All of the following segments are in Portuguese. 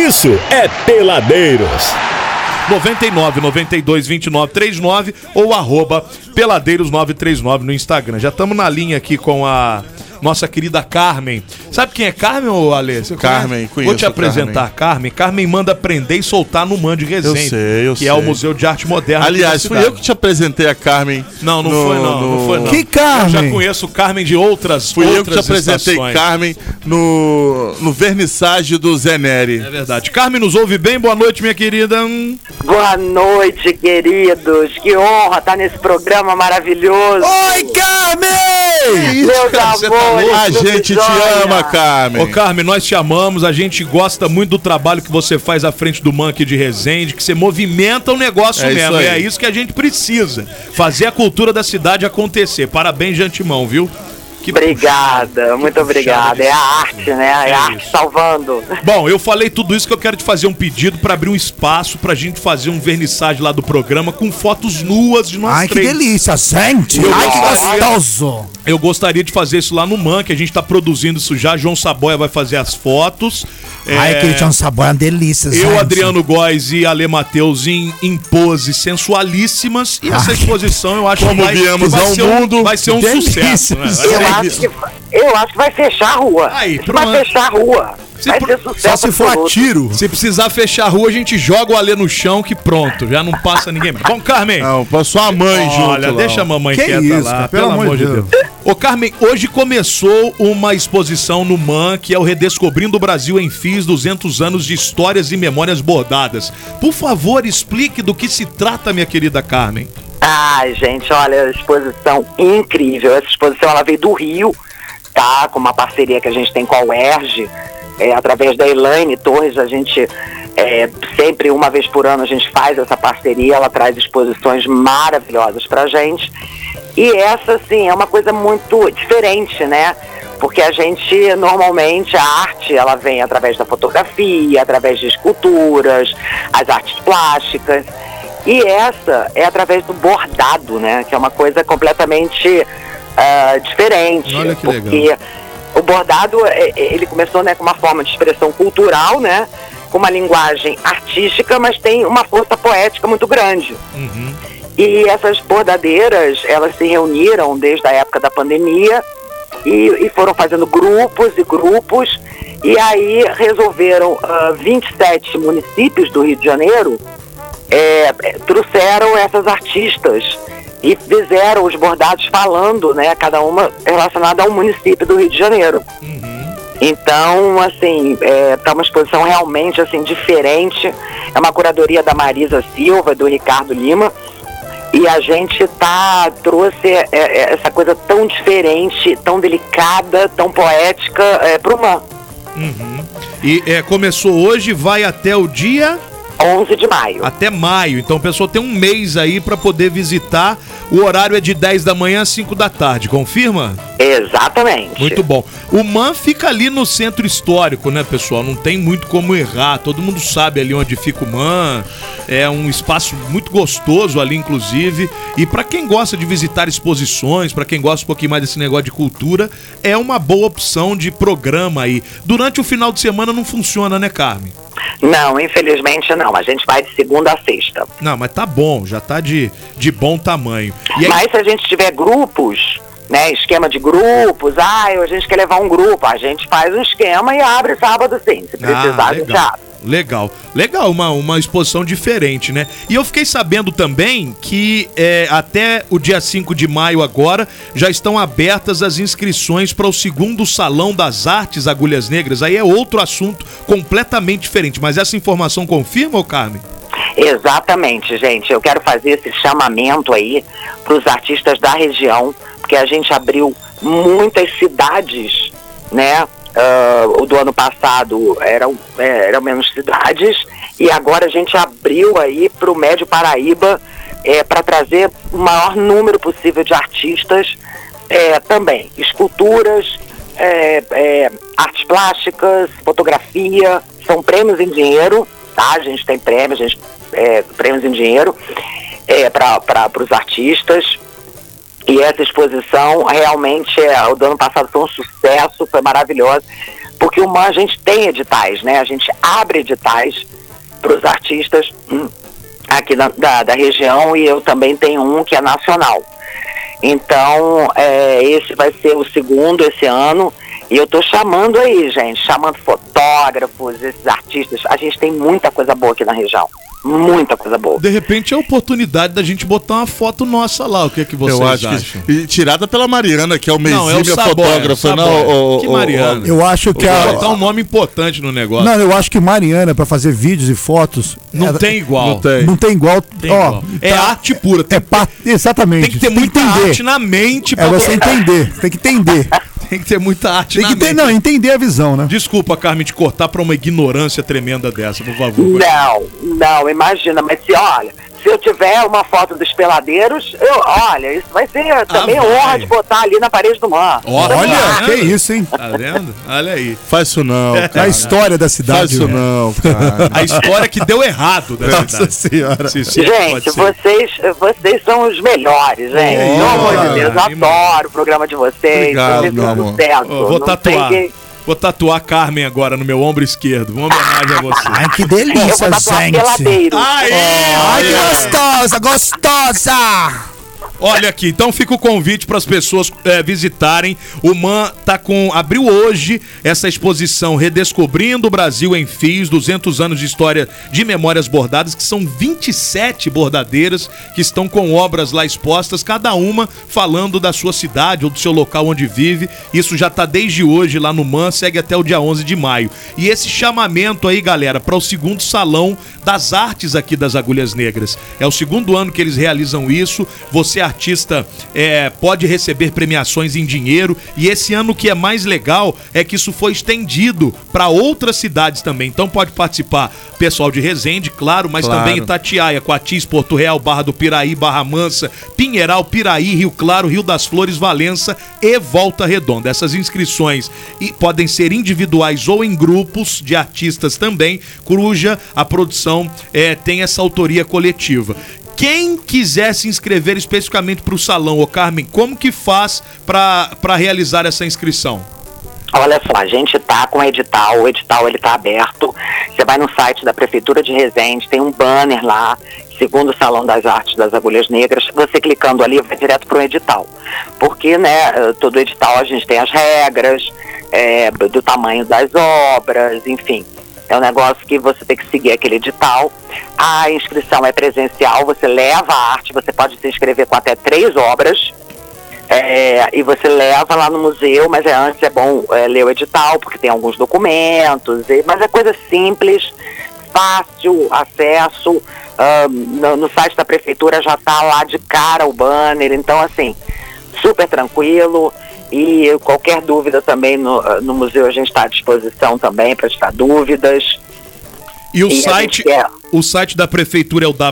isso é Peladeiros. 99 92 29 39 ou @Peladeiros 939 no Instagram. Já estamos na linha aqui com a nossa querida Carmen. Sabe quem é Carmen, ô Ale? Você Carmen, conheço. Vou te apresentar, Carmen. Carmen manda prender e soltar no Man de Resende. Eu sei. É o Museu de Arte Moderna. Aliás, fui eu que te apresentei a Carmen. Não foi não. Que Carmen? Eu já conheço Carmen de outras Fui eu que te apresentei estações. Carmen no vernissage do Zé Neri. É verdade. Carmen nos ouve bem? Boa noite, minha querida. Boa noite, queridos. Que honra estar nesse programa maravilhoso. Oi, Carmen! Meus amores, A gente te ama, Carmen. Ô Carmen, nós te amamos, a gente gosta muito do trabalho que você faz à frente do Monkey de Resende, que você movimenta o negócio mesmo, é isso que a gente precisa, fazer a cultura da cidade acontecer. Parabéns de antemão, viu? Obrigada, muito obrigada. É a arte, né? É a arte salvando. Bom, eu falei tudo isso que eu quero te fazer um pedido pra abrir um espaço pra gente fazer um vernissage lá do programa com fotos nuas de nós três. Ai, que delícia, gente! Ai, que gostoso! Eu gostaria de fazer isso lá no Man, que a gente tá produzindo isso já. João Saboia vai fazer as fotos. Ai, aquele João Saboia é uma delícia, gente. Eu, Adriano Góes e Ale Matheus em poses sensualíssima. E essa exposição eu acho Como viemos ao mundo, vai ser um sucesso, né? Eu acho que vai fechar a rua. Aí, vai fechar a rua. Vai ser sucesso. Só se for a tiro. Se precisar fechar a rua, a gente joga o Ale no chão que pronto, já não passa ninguém mais. Bom, Carmen. Não, passou a mãe junto. Olha, deixa a mamãe Que quieta isso, lá, cara, pelo amor de Deus. Ô, Carmen, hoje começou uma exposição no Man, que é o Redescobrindo o Brasil em Fios, 200 anos de histórias e memórias bordadas. Por favor, explique do que se trata, minha querida Carmen. Ai, gente, olha, exposição incrível. Essa exposição, ela veio do Rio, tá? Com uma parceria que a gente tem com a UERJ. Através da Elaine Torres, a gente sempre, uma vez por ano, a gente faz essa parceria, ela traz exposições maravilhosas pra gente, e essa, assim, é uma coisa muito diferente, né, porque a gente, normalmente, a arte, ela vem através da fotografia, através de esculturas, as artes plásticas, e essa é através do bordado, né, que é uma coisa completamente diferente. Olha que porque legal. O bordado, ele começou, né, com uma forma de expressão cultural, né, com uma linguagem artística, mas tem uma força poética muito grande. Uhum. E essas bordadeiras, elas se reuniram desde a época da pandemia e foram fazendo grupos e grupos, e aí resolveram 27 municípios do Rio de Janeiro, trouxeram essas artistas e fizeram os bordados falando, né, cada uma relacionada a um município do Rio de Janeiro. Uhum. Então, assim, tá uma exposição realmente, assim, diferente. É uma curadoria da Marisa Silva, do Ricardo Lima, e a gente trouxe essa coisa tão diferente, tão delicada, tão poética pro Man. Uhum. E começou hoje, vai até o dia 11 de maio. Até maio, então a pessoa tem um mês aí pra poder visitar. O horário é de 10 da manhã às 5 da tarde, confirma? Exatamente. Muito bom. O Man fica ali no centro histórico, né, pessoal? Não tem muito como errar, todo mundo sabe ali onde fica o Man. É um espaço muito gostoso ali, inclusive. E pra quem gosta de visitar exposições, pra quem gosta um pouquinho mais desse negócio de cultura, é uma boa opção de programa aí. Durante o final de semana não funciona, né, Carmen? Não, infelizmente não. A gente vai de segunda a sexta. Não, mas tá bom, já tá de bom tamanho. E aí... Mas se a gente tiver grupos, né, esquema de grupos, a gente quer levar um grupo, a gente faz um esquema e abre sábado sim, se precisar a gente abre. Legal, uma exposição diferente, né? E eu fiquei sabendo também que até o dia 5 de maio agora já estão abertas as inscrições para o segundo Salão das Artes Agulhas Negras. Aí é outro assunto completamente diferente, mas essa informação confirma, ô Carmen? Exatamente, gente. Eu quero fazer esse chamamento aí para os artistas da região, porque a gente abriu muitas cidades, né? O do ano passado eram menos cidades, e agora a gente abriu aí para o Médio Paraíba para trazer o maior número possível de artistas, também esculturas, artes plásticas, fotografia. São prêmios em dinheiro, tá? A gente tem prêmios em dinheiro para os artistas. E essa exposição realmente, o do ano passado foi um sucesso, foi maravilhosa, porque o MAN a gente tem editais, né? A gente abre editais para os artistas aqui da região, e eu também tenho um que é nacional. Então, esse vai ser o segundo esse ano, e eu tô chamando aí, gente, chamando fotógrafos, esses artistas. A gente tem muita coisa boa aqui na região. Muita coisa boa. De repente é a oportunidade da gente botar uma foto nossa lá. O que é que vocês acham? E tirada pela Mariana, que é o Não, é o Meizímia Saboia, fotógrafa. Saboia. Não, Que Mariana? Eu acho que Vou botar um nome importante no negócio. Não, eu acho que Mariana, pra fazer vídeos e fotos... Não tem igual. Não tem. Não tem igual. Tem Ó, igual. É tá- arte pura. Exatamente. Tem que ter muita arte na mente É você entender. Tem que entender. Tem que ter muita arte Tem na que ter, mente. não, entender a visão, né? Desculpa, Carmen, te cortar pra uma ignorância tremenda dessa, por favor. Não, imagina, mas se eu tiver uma foto dos peladeiros, olha, isso vai ser também vai. honra de botar ali na parede do MAN. Olha, que isso, hein? Tá vendo? Olha aí. Faz isso não, A cara. história da Faz cidade. isso né? não, cara. A história que deu errado da Nossa cidade. senhora. Se é que pode Gente, ser. vocês são os melhores, gente. Pelo amor de Deus, eu adoro o programa de vocês. Obrigado, Vocês meu são amor. sucesso. Ó, vou Não tatuar. tem quem- Vou tatuar a Carmen agora no meu ombro esquerdo. Uma homenagem a você. Ai, que Eu delícia, vou tatuar gente. peladeiro. Ai, que gostosa, gostosa! Olha aqui, então fica o convite para as pessoas visitarem. O MAN abriu hoje essa exposição Redescobrindo o Brasil em Fios, 200 anos de história de memórias bordadas, que são 27 bordadeiras que estão com obras lá expostas, cada uma falando da sua cidade ou do seu local onde vive. Isso já está desde hoje lá no MAN, segue até o dia 11 de maio. E esse chamamento aí, galera, para o segundo Salão das Artes aqui das Agulhas Negras. É o segundo ano que eles realizam isso. Você, artista, pode receber premiações em dinheiro, e esse ano o que é mais legal é que isso foi estendido para outras cidades também. Então pode participar pessoal de Resende, claro, mas também Itatiaia, Coatis, Porto Real, Barra do Piraí, Barra Mansa, Pinheiral, Piraí, Rio Claro, Rio das Flores, Valença e Volta Redonda. Essas inscrições podem ser individuais ou em grupos de artistas também, cuja a produção tem essa autoria coletiva. Quem quiser se inscrever especificamente para o salão, ô Carmen, como que faz para realizar essa inscrição? Olha só, a gente tá com o edital ele tá aberto. Você vai no site da Prefeitura de Resende, tem um banner lá, segundo Salão das Artes das Agulhas Negras. Você clicando ali vai direto pro edital. Porque, né, todo edital a gente tem as regras, do tamanho das obras, enfim. É um negócio que você tem que seguir aquele edital. A inscrição é presencial, você leva a arte, você pode se inscrever com até 3 obras. E você leva lá no museu, mas antes é bom ler o edital, porque tem alguns documentos, mas é coisa simples, fácil acesso. No site da prefeitura já está lá de cara o banner, então assim, super tranquilo. E qualquer dúvida também no museu a gente está à disposição também para tirar dúvidas. E o site da prefeitura é o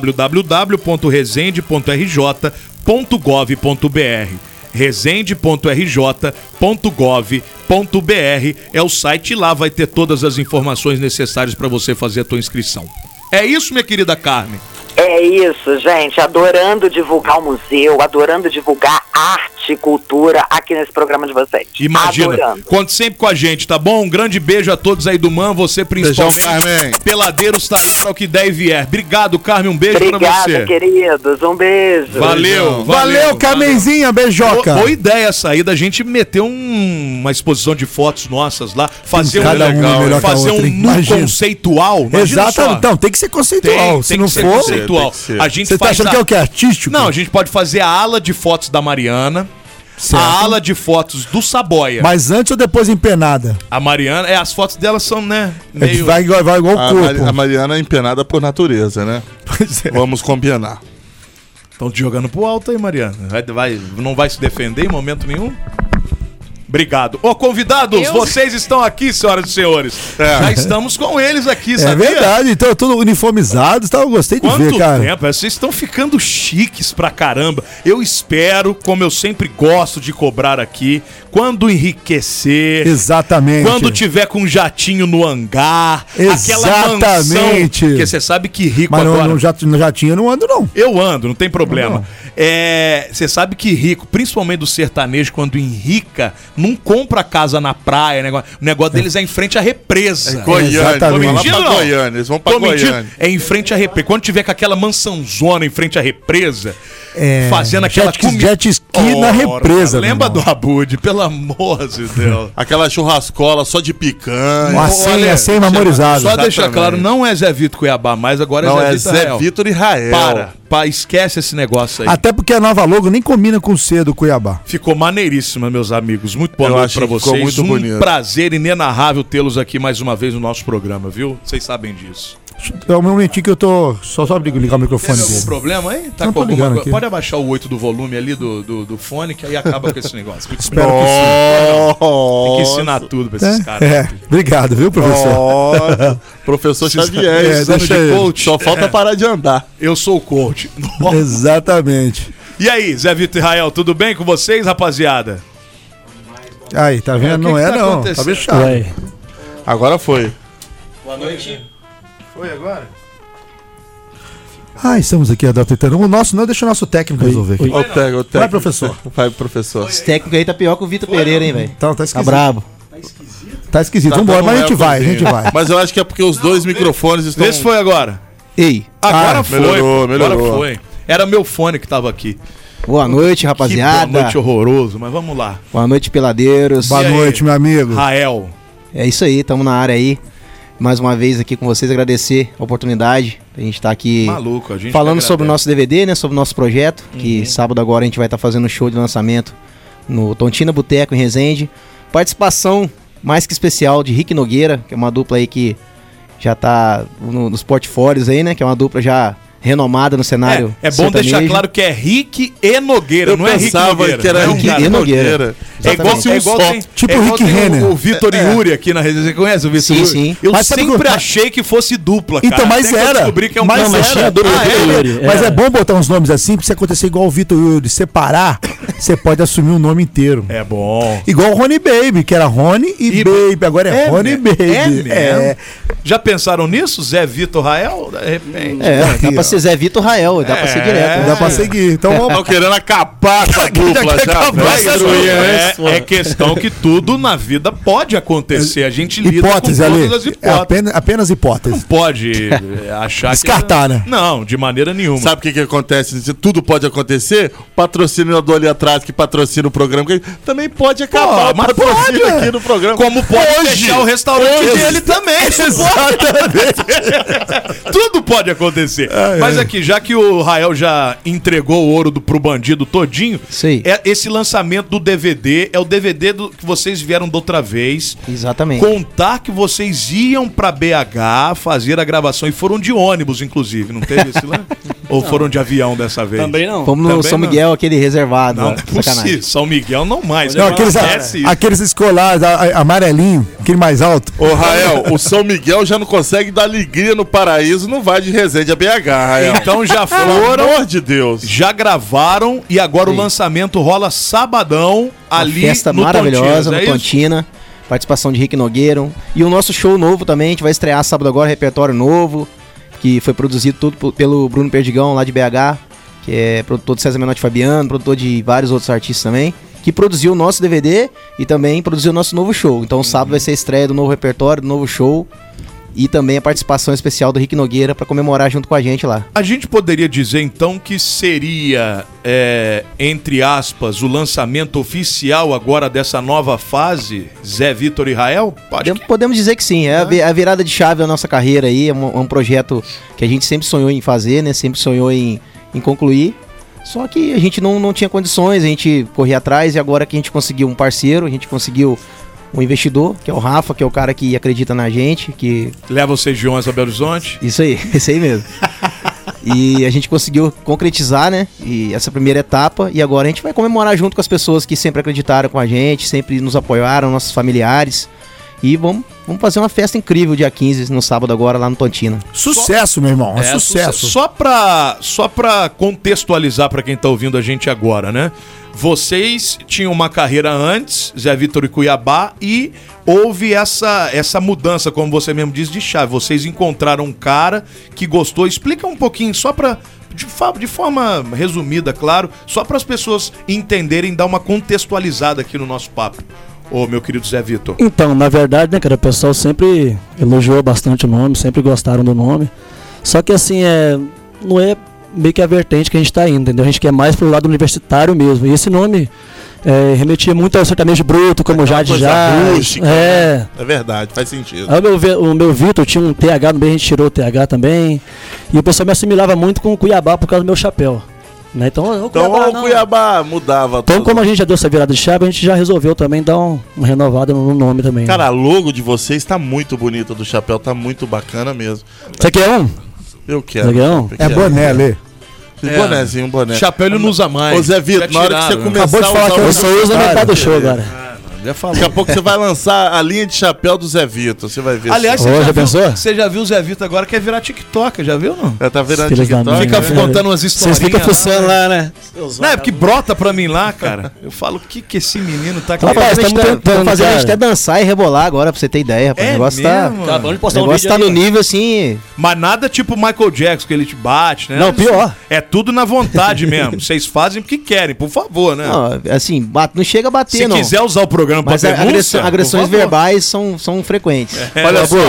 www.resende.rj.gov.br. resende.rj.gov.br é o site, e lá vai ter todas as informações necessárias para você fazer a tua inscrição. É isso, minha querida Carmen? É isso, gente. Adorando divulgar o museu, adorando divulgar arte, cultura aqui nesse programa de vocês. Imagina. Adorando. Conte sempre com a gente, tá bom? Um grande beijo a todos aí do MAN, você principalmente. Beijão, Carmen. Peladeiros tá aí para o que der e vier. Obrigado, Carmen. Um beijo pra você. Obrigada, queridos. Um beijo. Valeu. Valeu, Carmenzinha, beijoca. Boa ideia essa aí da gente meter uma exposição de fotos nossas lá, fazer Cada uma melhor que a fazer outra, um hein? nu Imagina. conceitual. Imagina Exato, só. então, tem que ser conceitual. Se Tem não que ser for, conceitual. Tem que ser. A gente você tá faz achando que é o quê? Artístico? Não, a gente pode fazer a ala de fotos da Mariana, Certo. a ala de fotos do Saboia. Mas antes ou depois empenada? A Mariana, as fotos dela são, né, meio... Vai igual o corpo. A Mariana é empenada por natureza, né? Pois é. Vamos combinar. Estão te jogando pro alto aí, Mariana. Não vai se defender em momento nenhum? Obrigado. Ô, convidados, vocês estão aqui, senhoras e senhores. Já estamos com eles aqui, É sabia? verdade, então tudo uniformizado, tá? Eu gostei de Quanto ver, cara. tempo? Vocês estão ficando chiques pra caramba. Eu espero, como eu sempre gosto de cobrar aqui, quando enriquecer, Exatamente. quando tiver com um jatinho no hangar, aquela Exatamente. mansão. Porque você sabe que rico Mas agora... no jatinho eu não ando, não. Eu ando, não tem problema. Não. Você sabe que rico, principalmente do sertanejo, quando enrica não compra casa na praia. O negócio deles é em frente à represa. Goiânia, Exatamente. vão lá Mentindo, pra não? Goiânia, eles vão pra Tô mentindo? Goiânia. É em frente à represa. Quando tiver com aquela mansãozona em frente à represa, É, fazendo aquela jet ski na represa, Ora, lembra meu do Abud, pelo amor de Deus. Aquela churrascola só de picanha. Uma senha, senha memorizada. Só deixar Exatamente. claro, não é Zé Vitor Cuiabá mais, agora Não, é é Zé Vitor Zé Israel. Vitor e Rael. Esquece esse negócio aí. Até porque a nova logo nem combina com o C do Cuiabá. Ficou maneiríssima, meus amigos. Muito boa Eu noite achei pra que ficou vocês. muito Um bonito. prazer inenarrável tê-los aqui mais uma vez no nosso programa, viu? Vocês sabem disso. É um momentinho que eu tô. Só ligar o microfone Tem algum dele. problema aí? Tá Não, com tô ligando alguma aqui. Pode abaixar o 8 do volume ali do fone, que aí acaba com esse negócio. Espero que Tem que ensinar tudo pra esses sim. caras. Obrigado, viu, professor? Nossa, professor Xavier, deixa de ele. coach. Só falta parar de andar. Eu sou o coach. Exatamente. E aí, Zé Vitor e Israel, tudo bem com vocês, rapaziada? Aí, tá vendo? O que Não que é, tá não. acontecendo? Tá fechado. Agora foi. Boa noite. Foi agora? Ah, estamos aqui, tentando. O nosso não, deixa o nosso técnico resolver aqui. Ó, o técnico. Vai, professor. Vai, professor. Esse técnico aí tá pior que o Vitor Pereira, hein, velho? Então, tá Tá esquisito. brabo. Tá esquisito. Tá Vambora, dando mas a gente vai, a ecozinho. gente vai. Mas eu acho que é porque os dois microfones estão... Esse foi agora. Ei, Agora foi. melhorou, Agora melhorou. foi. Era meu fone que tava aqui. boa noite, Que rapaziada. boa noite horroroso, mas vamos lá. Boa noite, peladeiros. Boa E aí? noite, meu amigo. Rael. É isso aí, tamo na área aí. Mais uma vez aqui com vocês, agradecer a oportunidade. A gente tá aqui Maluco, a gente falando que sobre o agradece. nosso DVD, né? Sobre o nosso projeto. Que sábado agora a gente vai estar fazendo um show de lançamento no Tontina Boteco, em Resende. Participação mais que especial de Rick Nogueira, que é uma dupla aí que já tá nos portfólios aí, né? Que é uma dupla já renomada no cenário É bom sertanejo. deixar claro que é Rick e Nogueira, Eu não é Rick pensava Nogueira. que era não, Rick cara. e Nogueira. É igual, Exatamente. é igual tem, Tipo é igual Rick tem Renner. o Vitor Yuri aqui na rede. Você conhece o Vitor Sim, Yuri? sim. Eu Mas sabe sempre que- achei que fosse dupla, cara. Então, mas Até que eu era. descobri que é um Mas casal. era. tinha dupla, Ah, é? Vitor Yuri. Mas é bom botar uns nomes assim, pra se acontecer igual o Vitor Yuri, separar, você pode assumir o nome inteiro. É bom. Igual o Rony Baby, que era Rony e Baby, agora é Rony Baby. É mesmo? Já pensaram nisso, Zé Vitor Rael? De repente. É, Aqui, dá pra ó. ser Zé Vitor Rael, dá pra ser direto. Dá pra seguir. Então vamos. Estão querendo acabar com a dupla já. Mas, velho. é questão que tudo na vida pode acontecer. A gente lida Hipótese com ali. todas as É hipóteses. apenas hipótese. Pode achar Descartar, né? Não, de maneira nenhuma. Sabe o que acontece? Se tudo pode acontecer, o patrocinador ali atrás que patrocina o programa também pode acabar o mas patrocínio pode, aqui no programa. Como pode fechar o restaurante dele também. Tudo pode acontecer. Mas aqui, já que o Rael já entregou o ouro pro bandido todinho, Isso aí. esse lançamento do DVD é o DVD que vocês vieram da outra vez. Exatamente. Contar que vocês iam pra BH fazer a gravação e foram de ônibus, inclusive, não teve esse lance? Ou foram de avião dessa vez? Também não. Fomos no Também São não. Miguel, aquele reservado. Não, ó, não é sacanagem. possível. São Miguel não mais. Não, aqueles escolares, amarelinho, aquele mais alto. Ô, Rael, o São Miguel já não consegue dar alegria no paraíso, não vai de Resende a BH, Rael. Então já Pelo foram, amor de Deus. já gravaram e agora o lançamento rola sabadão Uma ali festa no maravilhosa Tontinas, no é isso? Tontina. Participação de Rick Nogueira. E o nosso show novo também, a gente vai estrear sábado agora, repertório novo, que foi produzido tudo pelo Bruno Perdigão, lá de BH, que é produtor de César Menotti Fabiano, produtor de vários outros artistas também, que produziu o nosso DVD e também produziu o nosso novo show. Então sábado vai ser a estreia do novo repertório, do novo show. E também a participação especial do Rick Nogueira pra comemorar junto com a gente lá. A gente poderia dizer então que seria, entre aspas, o lançamento oficial agora dessa nova fase, Zé Vitor e Rael? Podemos dizer que sim, é a virada de chave da nossa carreira aí, é um projeto que a gente sempre sonhou em fazer, né? Sempre sonhou em concluir. Só que a gente não tinha condições, a gente corria atrás e agora que a gente conseguiu um parceiro, a gente conseguiu um investidor, que é o Rafa, que é o cara que acredita na gente, que... Leva vocês de 11 a Belo Horizonte? Isso aí, esse aí mesmo. E a gente conseguiu concretizar, né? E essa primeira etapa. E agora a gente vai comemorar junto com as pessoas que sempre acreditaram com a gente, sempre nos apoiaram, nossos familiares. E vamos fazer uma festa incrível dia 15, no sábado agora, lá no Tontina. Sucesso, meu irmão. É sucesso. Só pra contextualizar pra quem tá ouvindo a gente agora, né? Vocês tinham uma carreira antes, Zé Vitor e Cuiabá, e houve essa mudança, como você mesmo disse, de chave. Vocês encontraram um cara que gostou. Explica um pouquinho, só pra... De forma resumida, claro, só para as pessoas entenderem, dar uma contextualizada aqui no nosso papo. ô meu querido Zé Vitor? Então, na verdade, né, cara, o pessoal sempre elogiou bastante o nome, sempre gostaram do nome. Só que assim, não é meio que a vertente que a gente tá indo, entendeu? A gente quer mais pro lado universitário mesmo. E esse nome remetia muito ao sertanejo bruto, como Jade Jade. Rústica, né? É verdade, faz sentido. Aí o meu Vitor tinha um TH no meio, a gente tirou o TH também. E o pessoal me assimilava muito com o Cuiabá por causa do meu chapéu. Né? Então, o Cuiabá mudava então, tudo. como a gente já deu essa virada de chave, a gente já resolveu também dar uma renovada no nome também. Cara, a logo de vocês tá muito bonita do chapéu, tá muito bacana mesmo. Você quer um? Eu quero. Você quer um? É boné, Lê. Bonézinho, boné. Chapéu ele não usa mais. Ô Zé Vitor, na hora que você começar Acabou de falar a que usar eu o sou Usa metade do show, cara. Já falou. Daqui a pouco você vai lançar a linha de chapéu do Zé Vitor, você vai ver. Aliás, Ô, já pensou? Você já viu o Zé Vitor agora quer virar TikTok, já viu não? tá virando Filhos da TikTok. mãe. Fica É. contando umas histórias. Vocês ficam fuçando lá, né? Não, é porque brota pra mim lá, cara. Eu falo, o que esse menino tá Rapaz, Rapaz, estamos estamos tentando, fazendo a gente cara. até dançar e rebolar agora, pra você ter ideia, rapaz. É O negócio mesmo? tá. Acabamos de O postar um negócio vídeo tá no aí, ó. nível assim. Mas nada tipo Michael Jackson, que ele te bate, né? Não, pior. É tudo na vontade mesmo. Vocês fazem porque querem, por favor, né? Não, assim, não chega a bater, Se não. quiser usar o programa pra Mas denúncia, agressões por favor. verbais são frequentes. Olha só,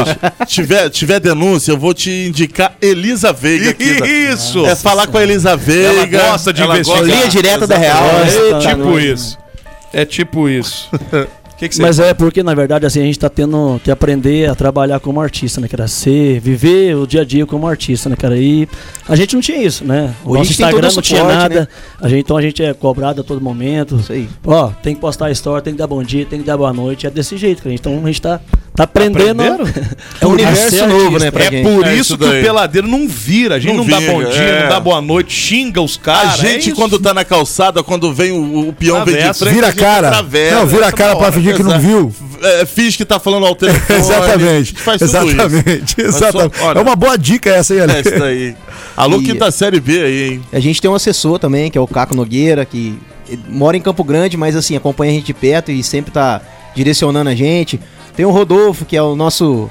tiver denúncia, eu vou te indicar Elisa Veiga aqui. Isso! É falar com a Elisa Veiga. Ela gosta de investigar. Linha direta da Real. É Tá tipo doido. isso. É tipo isso. O que você Mas é porque, na verdade, assim, a gente tá tendo que aprender a trabalhar como artista, né, cara? Viver o dia a dia como artista, né, cara? E a gente não tinha isso, né? O Hoje nosso tem todo Instagram o não tinha suporte, nada. né? Então a gente é cobrado a todo momento. Isso aí. Ó, tem que postar a história, tem que dar bom dia, tem que dar boa noite. É desse jeito, cara. Então a gente tá aprendendo. É um universo ser novo, artista. né, pra É gente. por É isso isso que o daí. peladeiro não vira. A gente não, dá vinga, bom dia, não dá boa noite, xinga os A caras. gente, é quando tá na calçada, quando vem o peão vem de Travessa. frente, Vira a gente cara. atravessa. Não, vira a cara pra fingir que não viu. Finge que tá falando ao telefone. Exatamente. Faz tudo Exatamente. Mas Exatamente. olha, É uma boa dica essa aí, isso. Ale. É isso daí. Alô, E- quinta série B aí, hein? A gente tem um assessor também, que é o Caco Nogueira, que mora em Campo Grande, mas assim, acompanha a gente de perto e sempre tá direcionando a gente. Tem o Rodolfo, que é o nosso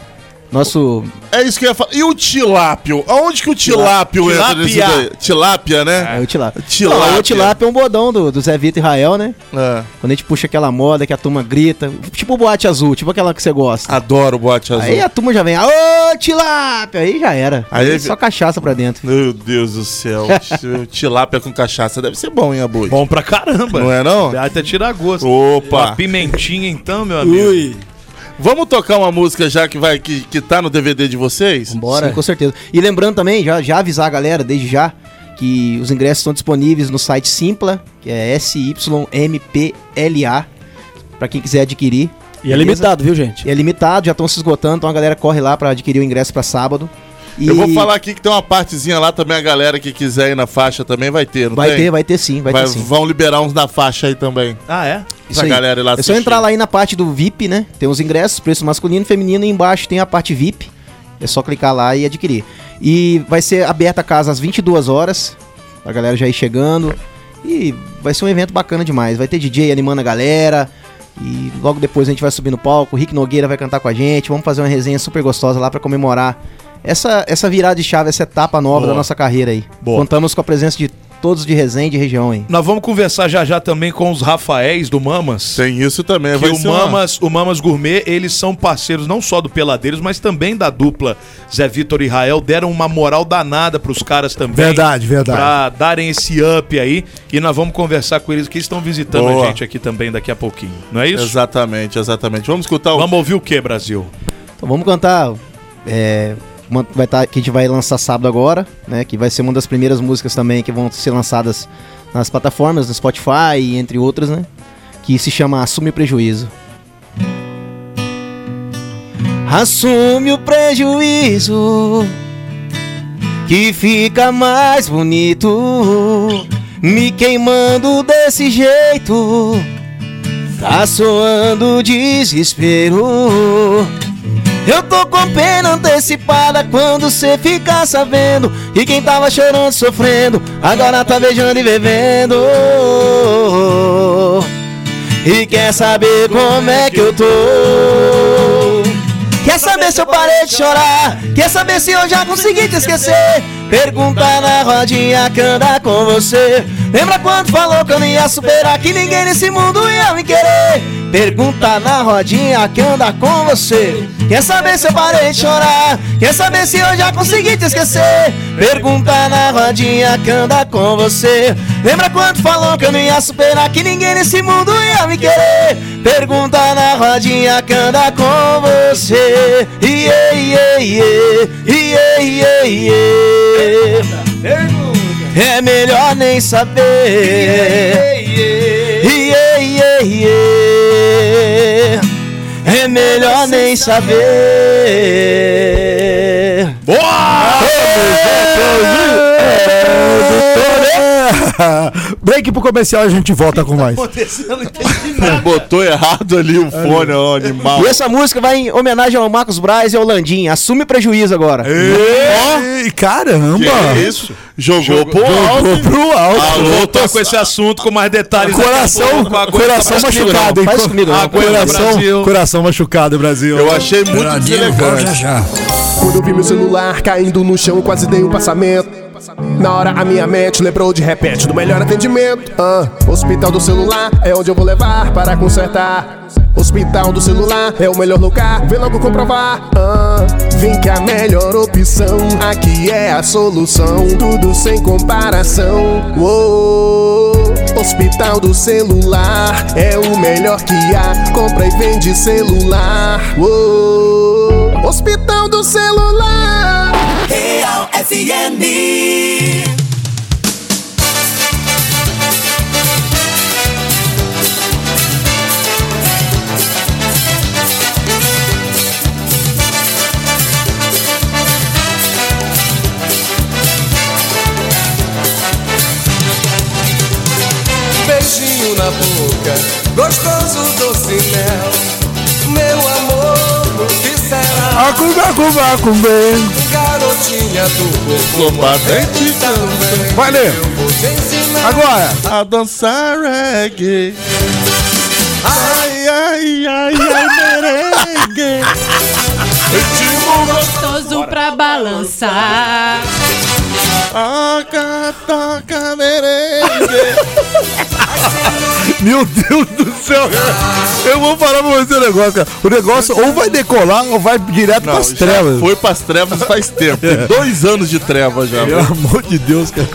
É isso que eu ia falar. E o tilápio? Aonde que o tilápio entra nesse Tilápia. daí? Tilápia, né? o Tilápia. Tilápia. Não, o Tilápia é um bodão do Zé Vitor e Rael, né? É. Quando a gente puxa aquela moda que a turma grita, tipo o Boate Azul, tipo aquela que você gosta. Adoro o boate azul. Aí a turma já vem, ô Tilápia! Aí já era. Aí- Aí só cachaça pra dentro. Meu Deus do céu. Tilápia com cachaça deve ser bom, hein, Abud? Bom pra caramba. Não é não? Dá até tirar gosto. Opa. Uma pimentinha então, meu amigo. Vamos tocar uma música já que tá no DVD de vocês? Bora. Sim, com certeza. E lembrando também, já avisar a galera, desde já, que os ingressos estão disponíveis no site Simpla, que é SYMPLA, pra quem quiser adquirir. E é Beleza? limitado, viu, gente? E é limitado, já estão se esgotando, então a galera corre lá pra adquirir o ingresso pra sábado. E Eu vou falar aqui que tem uma partezinha lá também, a galera que quiser ir na faixa também vai ter, não Vai tem? ter, vai ter sim, vai ter sim. Vão liberar uns na faixa aí também. Ah, é? Isso Pra aí. galera ir lá É só assistir. entrar lá aí na parte do VIP, né? Tem os ingressos, preço masculino e feminino, e embaixo tem a parte VIP. É só clicar lá e adquirir. E vai ser aberta a casa às 22 horas, a galera já ir chegando. E vai ser um evento bacana demais. Vai ter DJ animando a galera. E logo depois a gente vai subir no palco. O Rick Nogueira vai cantar com a gente. Vamos fazer uma resenha super gostosa lá pra comemorar essa virada de chave, essa etapa nova Boa. da nossa carreira aí. Boa. Contamos com a presença de todos de Resende e região aí. Nós vamos conversar já também com os Rafaéis do Mamas. Tem isso também. Que Vai o ser uma- Mamas Gourmet, eles são parceiros não só do Peladeiros, mas também da dupla Zé Vitor e Rael. Deram uma moral danada pros caras também. Verdade. Pra darem esse up aí. E nós vamos conversar com eles, que estão visitando Boa. a gente aqui também daqui a pouquinho. Não é isso? Exatamente. Vamos escutar o... Vamos ouvir o que, Brasil? Então vamos cantar. Que a gente vai lançar sábado agora, né? Que vai ser uma das primeiras músicas também que vão ser lançadas nas plataformas, no Spotify e entre outras, né? Que se chama Assume o Prejuízo. Assume o prejuízo, que fica mais bonito, me queimando desse jeito, tá soando desespero. Eu tô com pena antecipada quando cê fica sabendo, e quem tava chorando, sofrendo, agora tá beijando e bebendo. E quer saber como é que eu tô? Quer saber se eu parei de chorar? Quer saber se eu já consegui te esquecer? Pergunta na rodinha que anda com você. Lembra quando falou que eu não ia superar, que ninguém nesse mundo ia me querer? Pergunta na rodinha que anda com você. Quer saber se eu parei de chorar? Quer saber se eu já consegui te esquecer? Pergunta na rodinha que anda com você. Lembra quando falou que eu não ia superar, que ninguém nesse mundo ia me querer? Pergunta na rodinha que anda com você. Yeah, yeah, yeah, yeah, yeah, yeah. É melhor nem saber. Yeah, yeah, yeah. É melhor nem saber. Boa! Break pro comercial e a gente volta com mais. Botou errado ali o fone, ó, animal. E essa música vai em homenagem ao Marcos Braz e ao Landim. Assume prejuízo agora. Ei, caramba! Que isso? Jogou pro alto. Voltou com esse assunto com mais detalhes. Coração machucado, hein? Faz comigo, não. Coração machucado, Brasil. Eu achei muito deselegante. Quando eu vi meu celular caindo no chão, quase dei um passamento. Na hora a minha mente lembrou de repente do melhor atendimento. Hospital do celular é onde eu vou levar para consertar. Hospital do celular é o melhor lugar, vem logo comprovar. Vem que a melhor opção aqui é a solução, tudo sem comparação. Hospital do celular é o melhor que há, compra e vende celular. Hospital do celular. Real FM. Beijinho na boca, gostoso doce mel. Meu amor, o que será? Garotinha do corpo patente também. Vai ler. Eu vou te ensinar Agora. A dançar reggae. Ai, ai, ai, ai, merengue. Ritmo gostoso pra balançar. Toca, toca, merengue. Meu Deus do céu, eu vou falar pra você o negócio, cara. O negócio ou vai decolar ou vai direto pras trevas. Foi pras trevas faz tempo. Tem 2 anos de treva já. Pelo amor de Deus, cara.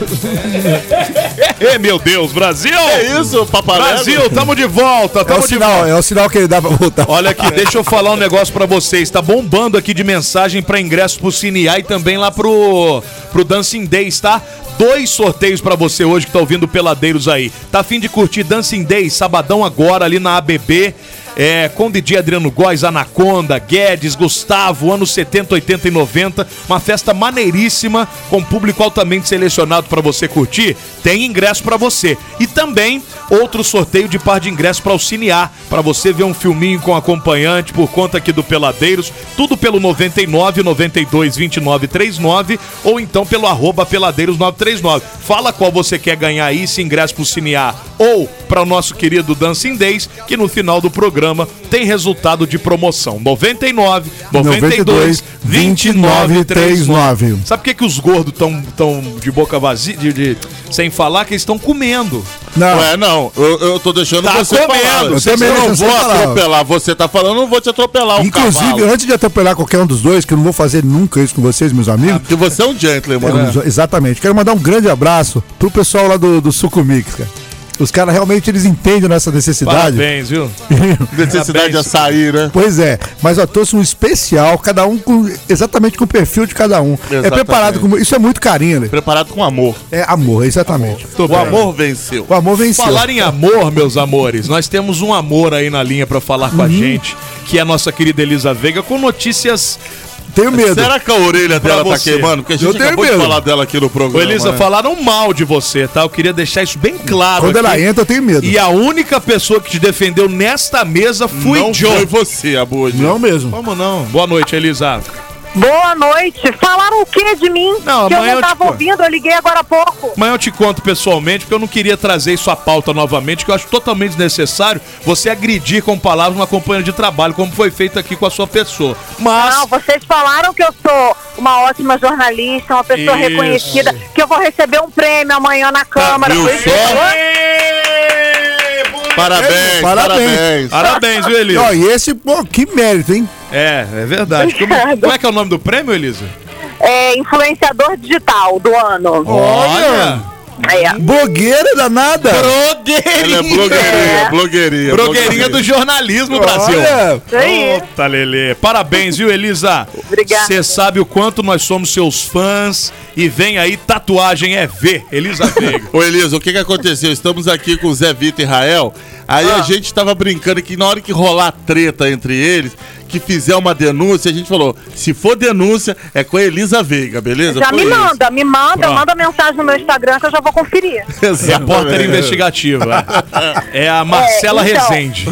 Meu Deus, Brasil! É isso, paparé. Brasil, tamo de volta, tamo de volta. É o sinal que ele dá pra voltar. Olha aqui, deixa eu falar um negócio pra vocês. Tá bombando aqui de mensagem pra ingresso pro Cinear e também lá pro Dancing Days, tá? 2 sorteios pra você hoje que tá ouvindo Peladeiros aí. Tá a fim de curtir Dancing Days, sabadão agora ali na ABB. Com DJ Adriano Góes, Anaconda, Guedes, Gustavo, anos 70, 80 e 90. Uma festa maneiríssima, com público altamente selecionado pra você curtir. Tem ingresso pra você. E também outro sorteio de par de ingresso pra o Cinear, pra você ver um filminho com acompanhante por conta aqui do Peladeiros. Tudo pelo 99 92 29 39 ou então pelo @Peladeiros 939. Fala qual você quer ganhar aí, se ingresso pro Cinear ou para o nosso querido Dancing Days, que no final do programa tem resultado de promoção. 99 92 29 39. Sabe por que os gordos estão de boca vazia, sem falar? Que eles estão comendo. Não. Eu tô deixando você comendo. falar. Eu também não vou falar. atropelar. Você tá falando, não vou te atropelar. Inclusive, antes de atropelar qualquer um dos dois, que eu não vou fazer nunca isso com vocês, meus amigos. Porque você é um gentleman, né? Exatamente. Quero mandar um grande abraço pro pessoal lá do Sucumix, cara. Os caras realmente eles entendem nessa necessidade. Parabéns, viu? Necessidade de açaí, né? Pois é, mas eu trouxe um especial, cada um exatamente com o perfil de cada um. Exatamente. É preparado com. Isso é muito carinho, né? Preparado com amor. É amor, exatamente. O amor venceu. O amor venceu. Falar em amor, meus amores, nós temos um amor aí na linha pra falar com a gente, que é a nossa querida Elisa Veiga, com notícias. Tenho medo. Será que a orelha dela tá queimando? Porque a gente acabou de falar dela aqui no programa. Ô, Elisa, falaram mal de você, tá? Eu queria deixar isso bem claro. Quando aqui. ela entra, eu tenho medo. E a única pessoa que te defendeu nesta mesa foi não John. Foi você, Abud. Não mesmo. Como não? Boa noite, Elisa. Boa noite. Falaram o que de mim? Não, que eu amanhã não eu te tava conto. ouvindo, eu liguei agora há pouco. Amanhã eu te conto pessoalmente, porque eu não queria trazer isso à pauta novamente, que eu acho totalmente desnecessário você agredir com palavras uma companheira de trabalho, como foi feito aqui com a sua pessoa. Mas... Não, vocês falaram que eu sou uma ótima jornalista, uma pessoa Isso. reconhecida, que eu vou receber um prêmio amanhã na Câmara. viu Foi isso que só? falou? Parabéns, Parabéns. Parabéns, viu, Elisa? Ó, e esse, pô, que mérito, hein? É verdade. Como é que é o nome do prêmio, Elisa? É influenciador digital do ano. Olha! É. Blogueira danada. Ela é blogueirinha. Blogueirinha do jornalismo, Brasil. Olha. Isso aí. Puta, Lelê. Parabéns, viu, Elisa? Obrigada. Você sabe o quanto nós somos seus fãs. E vem aí, tatuagem é V, Elisa Veiga. Ô Elisa, o que aconteceu? Estamos aqui com o Zé Vitor e Rael. Aí a gente tava brincando que na hora que rolar treta entre eles, que fizer uma denúncia, a gente falou, se for denúncia, é com a Elisa Veiga, beleza? Já Foi me isso. manda, Pronto. manda mensagem no meu Instagram que eu já vou conferir. Repórter investigativa. É a Marcela então. Rezende.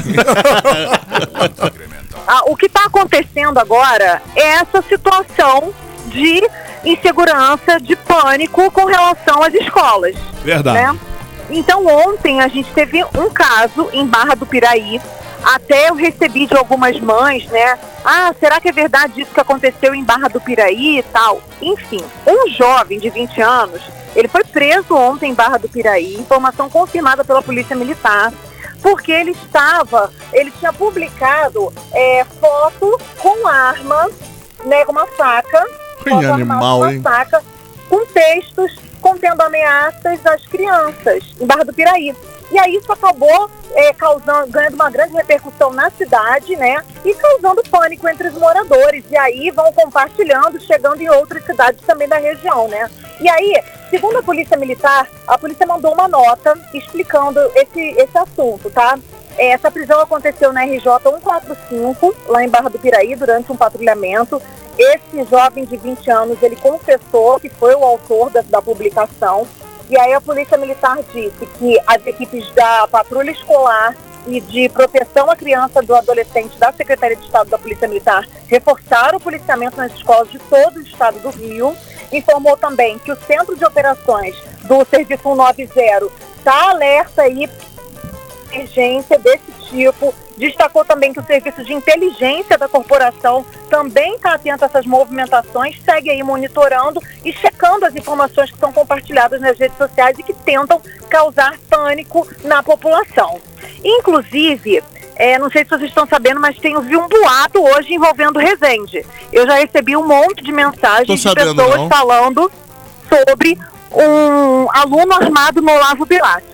O que está acontecendo agora é essa situação de insegurança, de pânico com relação às escolas. Verdade. Né? Então ontem a gente teve um caso em Barra do Piraí. Até eu recebi de algumas mães, né? Ah, será que é verdade isso que aconteceu em Barra do Piraí e tal? Enfim, um jovem de 20 anos, ele foi preso ontem em Barra do Piraí, informação confirmada pela Polícia Militar, porque ele tinha publicado foto com arma, né, com uma faca, Que foto armada animal, com uma hein? faca, com textos contendo ameaças às crianças em Barra do Piraí. E aí isso acabou ganhando uma grande repercussão na cidade, né? E causando pânico entre os moradores. E aí vão compartilhando, chegando em outras cidades também da região, né? E aí, segundo a Polícia Militar, a polícia mandou uma nota explicando esse assunto, tá? Essa prisão aconteceu na RJ 145, lá em Barra do Piraí, durante um patrulhamento. Esse jovem de 20 anos, ele confessou que foi o autor da publicação. E aí a Polícia Militar disse que as equipes da Patrulha Escolar e de Proteção à Criança e do Adolescente da Secretaria de Estado da Polícia Militar reforçaram o policiamento nas escolas de todo o estado do Rio. Informou também que o Centro de Operações do Serviço 190 está alerta aí emergência desse tipo. Destacou também que o Serviço de Inteligência da Corporação também está atento a essas movimentações, segue aí monitorando e checando as informações que são compartilhadas nas redes sociais e que tentam causar pânico na população. Inclusive, não sei se vocês estão sabendo, mas vi um boato hoje envolvendo Resende. Eu já recebi um monte de mensagens de pessoas falando sobre um aluno armado no Olavo Bilac.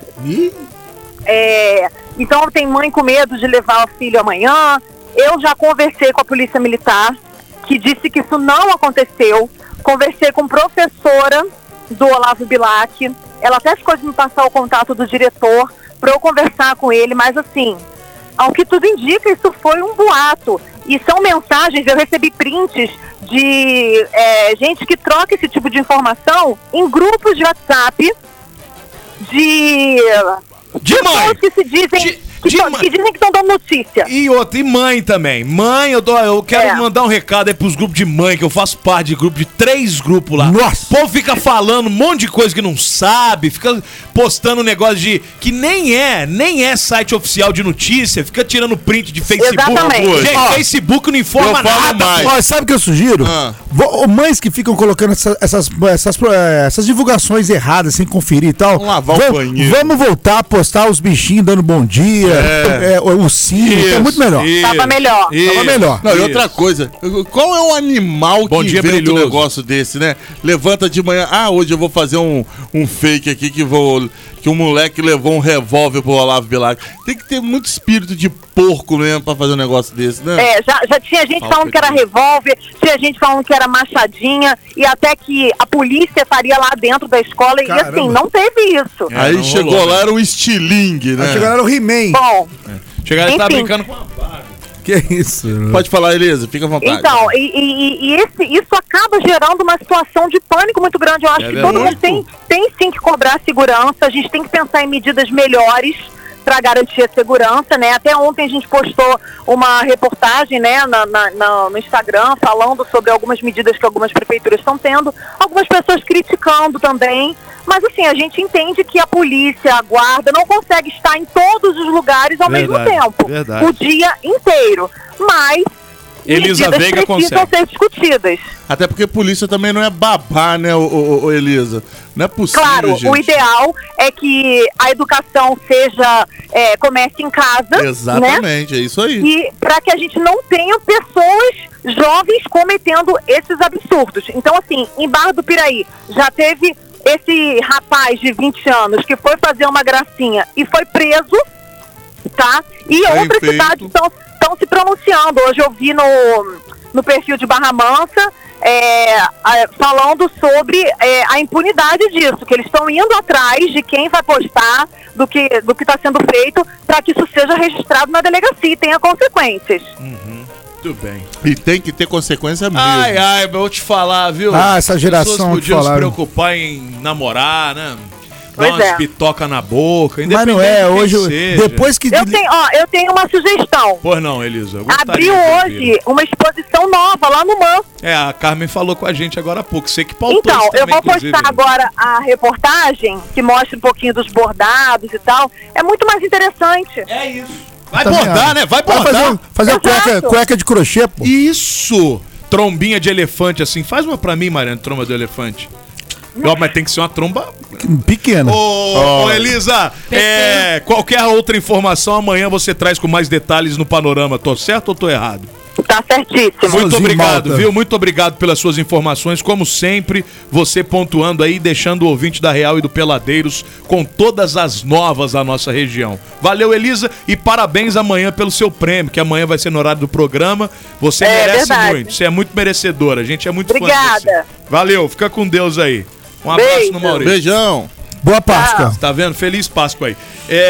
Então tem mãe com medo de levar o filho amanhã. Eu já conversei com a Polícia Militar, que disse que isso não aconteceu. Conversei com professora do Olavo Bilac. Ela até ficou de me passar o contato do diretor para eu conversar com ele, mas assim, ao que tudo indica, isso foi um boato. E são mensagens, eu recebi prints de gente que troca esse tipo de informação em grupos de WhatsApp de mãe que se dizem que dizem que estão dando notícia. E mãe também. Mãe, eu quero mandar um recado aí pros grupos de mãe, que eu faço parte de grupo, de 3 grupos lá. Nossa! O povo fica falando um monte de coisa que não sabe, fica postando um negócio que nem é site oficial de notícia, fica tirando print de Facebook. Exatamente. Gente, Facebook não informa nada. Ó, sabe o que eu sugiro? Mães que ficam colocando essas divulgações erradas sem conferir e tal. Vamos lavar o banheiro. Vamos voltar a postar os bichinhos dando bom dia, o sino, é muito melhor. Tava melhor. Tava melhor. Não, e outra coisa, qual é o animal Bom que dia, inventa um brilhoso. negócio desse, né? Levanta de manhã, hoje eu vou fazer um fake aqui que um moleque levou um revólver pro Olavo Bilac. Tem que ter muito espírito de porco mesmo pra fazer um negócio desse, né? Já tinha gente falando que era revólver, tinha gente falando que era machadinha, e até que a polícia estaria lá dentro da escola, Caramba. e assim, não teve isso. Aí não chegou rolou, lá, né? era um estilingue, né? Aí chegou lá no He-Man. Bom, Chegaram e tá Enfim. brincando com a vaga. Que isso? Pode falar, Elisa, fica à vontade. então, isso acaba gerando uma situação de pânico muito grande. Eu acho que todo mundo tem sim que cobrar segurança, a gente tem que pensar em medidas melhores para garantir a segurança, né? Até ontem a gente postou uma reportagem, né, no Instagram, falando sobre algumas medidas que algumas prefeituras estão tendo, algumas pessoas criticando também, mas assim, a gente entende que a polícia, a guarda, não consegue estar em todos os lugares ao mesmo tempo, o dia inteiro, mas Elisa medidas Veiga precisam ser discutidas. Até porque polícia também não é babá, né, o Elisa? Não é possível, Claro, gente. o ideal é que a educação comece em casa. Exatamente, né? É isso aí. E para que a gente não tenha pessoas jovens cometendo esses absurdos. Então, assim, em Barra do Piraí, já teve esse rapaz de 20 anos que foi fazer uma gracinha e foi preso, tá? E Bem outras feito. cidades estão se pronunciando. Hoje eu vi no perfil de Barra Mansa falando sobre a impunidade disso, que eles estão indo atrás de quem vai postar, do que está sendo feito, para que isso seja registrado na delegacia e tenha consequências. Muito bem. E tem que ter consequência mesmo. Ai, eu vou te falar, viu? Essa geração As pessoas que podiam se falaram. preocupar em namorar, né? Dar Pois umas é. pitoca na boca, Mas não independente é, de quem hoje, seja. depois que... Eu tenho uma sugestão. Pois não, Elisa. eu gostaria Abriu de ouvir. hoje uma exposição nova lá no MAN. A Carmen falou com a gente agora há pouco. Você que pautou Então, isso eu também, vou postar inclusive. agora a reportagem que mostra um pouquinho dos bordados e tal. É muito mais interessante. É isso. Vai Também bordar, acho. né? Vai Vai bordar. fazer Exato. cueca de crochê, pô. Isso! Trombinha de elefante, assim. Faz uma pra mim, Mariana, tromba de elefante. Ó, mas tem que ser uma tromba... Pequena. Ô, Elisa, qualquer outra informação, amanhã você traz com mais detalhes no Panorama. Tô certo ou tô errado? Tá certíssimo. Muito Sozinho, obrigado, Malta. viu? Muito obrigado pelas suas informações. Como sempre, você pontuando aí, deixando o ouvinte da Real e do Peladeiros com todas as novas da nossa região. Valeu, Elisa, e parabéns amanhã pelo seu prêmio, que amanhã vai ser no horário do programa. Você merece verdade. muito, você é muito merecedora. A gente é muito fã de você. Obrigada. Valeu, fica com Deus aí. Um abraço Beijo. no Maurício. Beijão. Boa Páscoa. Tá vendo? Feliz Páscoa aí.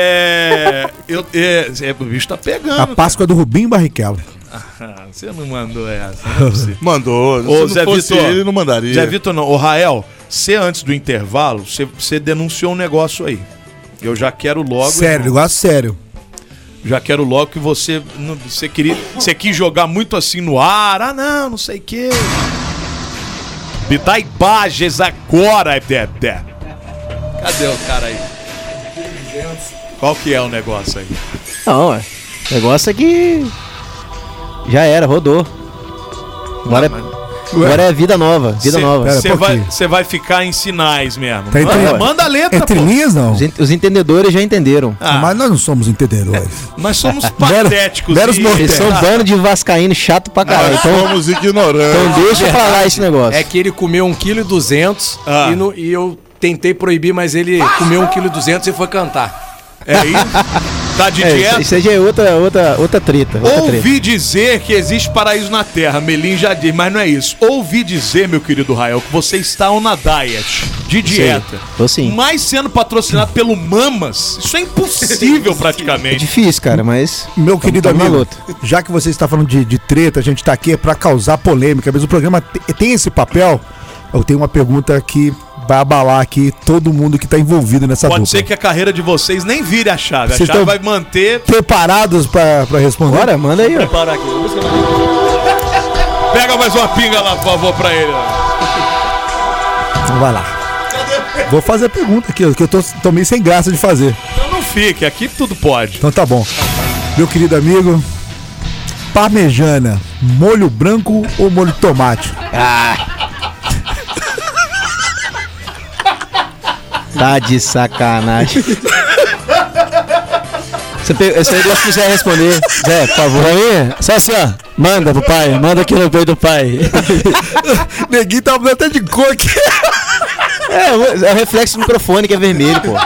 O bicho tá pegando. A Páscoa do Rubinho Barrichello. cara. Você não mandou essa. Não é possível. Mandou. Ô, Se Zé não fosse Vitor, ele, não mandaria. Zé Vitor não. Ô, Rael, você antes do intervalo, você denunciou um negócio aí. Eu já quero logo... Sério, negócio sério. Já quero logo que você... Você quis jogar muito assim no ar. Ah, não sei o quê. Me dá imagens agora, Dedé. Cadê o cara aí? Qual que é o negócio aí? Não, o negócio é que já era, rodou. Agora é vida nova, vida nova. Você vai ficar em sinais mesmo. Tá Manda a letra, entre pô. linhas, não? Os entendedores já entenderam. Mas nós não somos entendedores. Nós somos patéticos. meros Eles são um bando de vascaíno chato pra caralho. Nós somos ignorantes. Então deixa pra lá esse negócio. É que ele comeu 1,2 kg e eu tentei proibir, mas ele comeu 1,2 kg e foi cantar. É isso? Tá de dieta? Isso aí já é outra treta. Ouvi dizer que existe paraíso na Terra. Melim já diz, mas não é isso. Ouvi dizer, meu querido Rael, que você está on a diet, de dieta. Tô sim. Mas sendo patrocinado pelo Mamas, isso é impossível É praticamente. difícil, cara, mas... Meu querido tamo na amigo, luta. já que você está falando de treta, a gente tá aqui pra causar polêmica, mas o programa tem esse papel. Eu tenho uma pergunta que vai abalar aqui todo mundo que tá envolvido nessa Pode dupla. ser que a carreira de vocês nem vire a chave. Vocês A chave estão vai manter... preparados pra responder? Bora, manda aí, ó. Preparar aqui. Pega mais uma pinga lá, por favor, pra ele. Então vai lá. Vou fazer a pergunta aqui, que eu tô meio sem graça de fazer. Então não fique, aqui tudo pode. Então tá bom. Meu querido amigo, parmejana, molho branco ou molho de tomate? Tá de sacanagem. Esse aí se quiser responder. Zé, por favor. Aí, só assim, ó. Manda pro pai, manda aqui no peito do pai. Neguinho tá mudando até de cor aqui. É o reflexo do microfone que é vermelho, pô.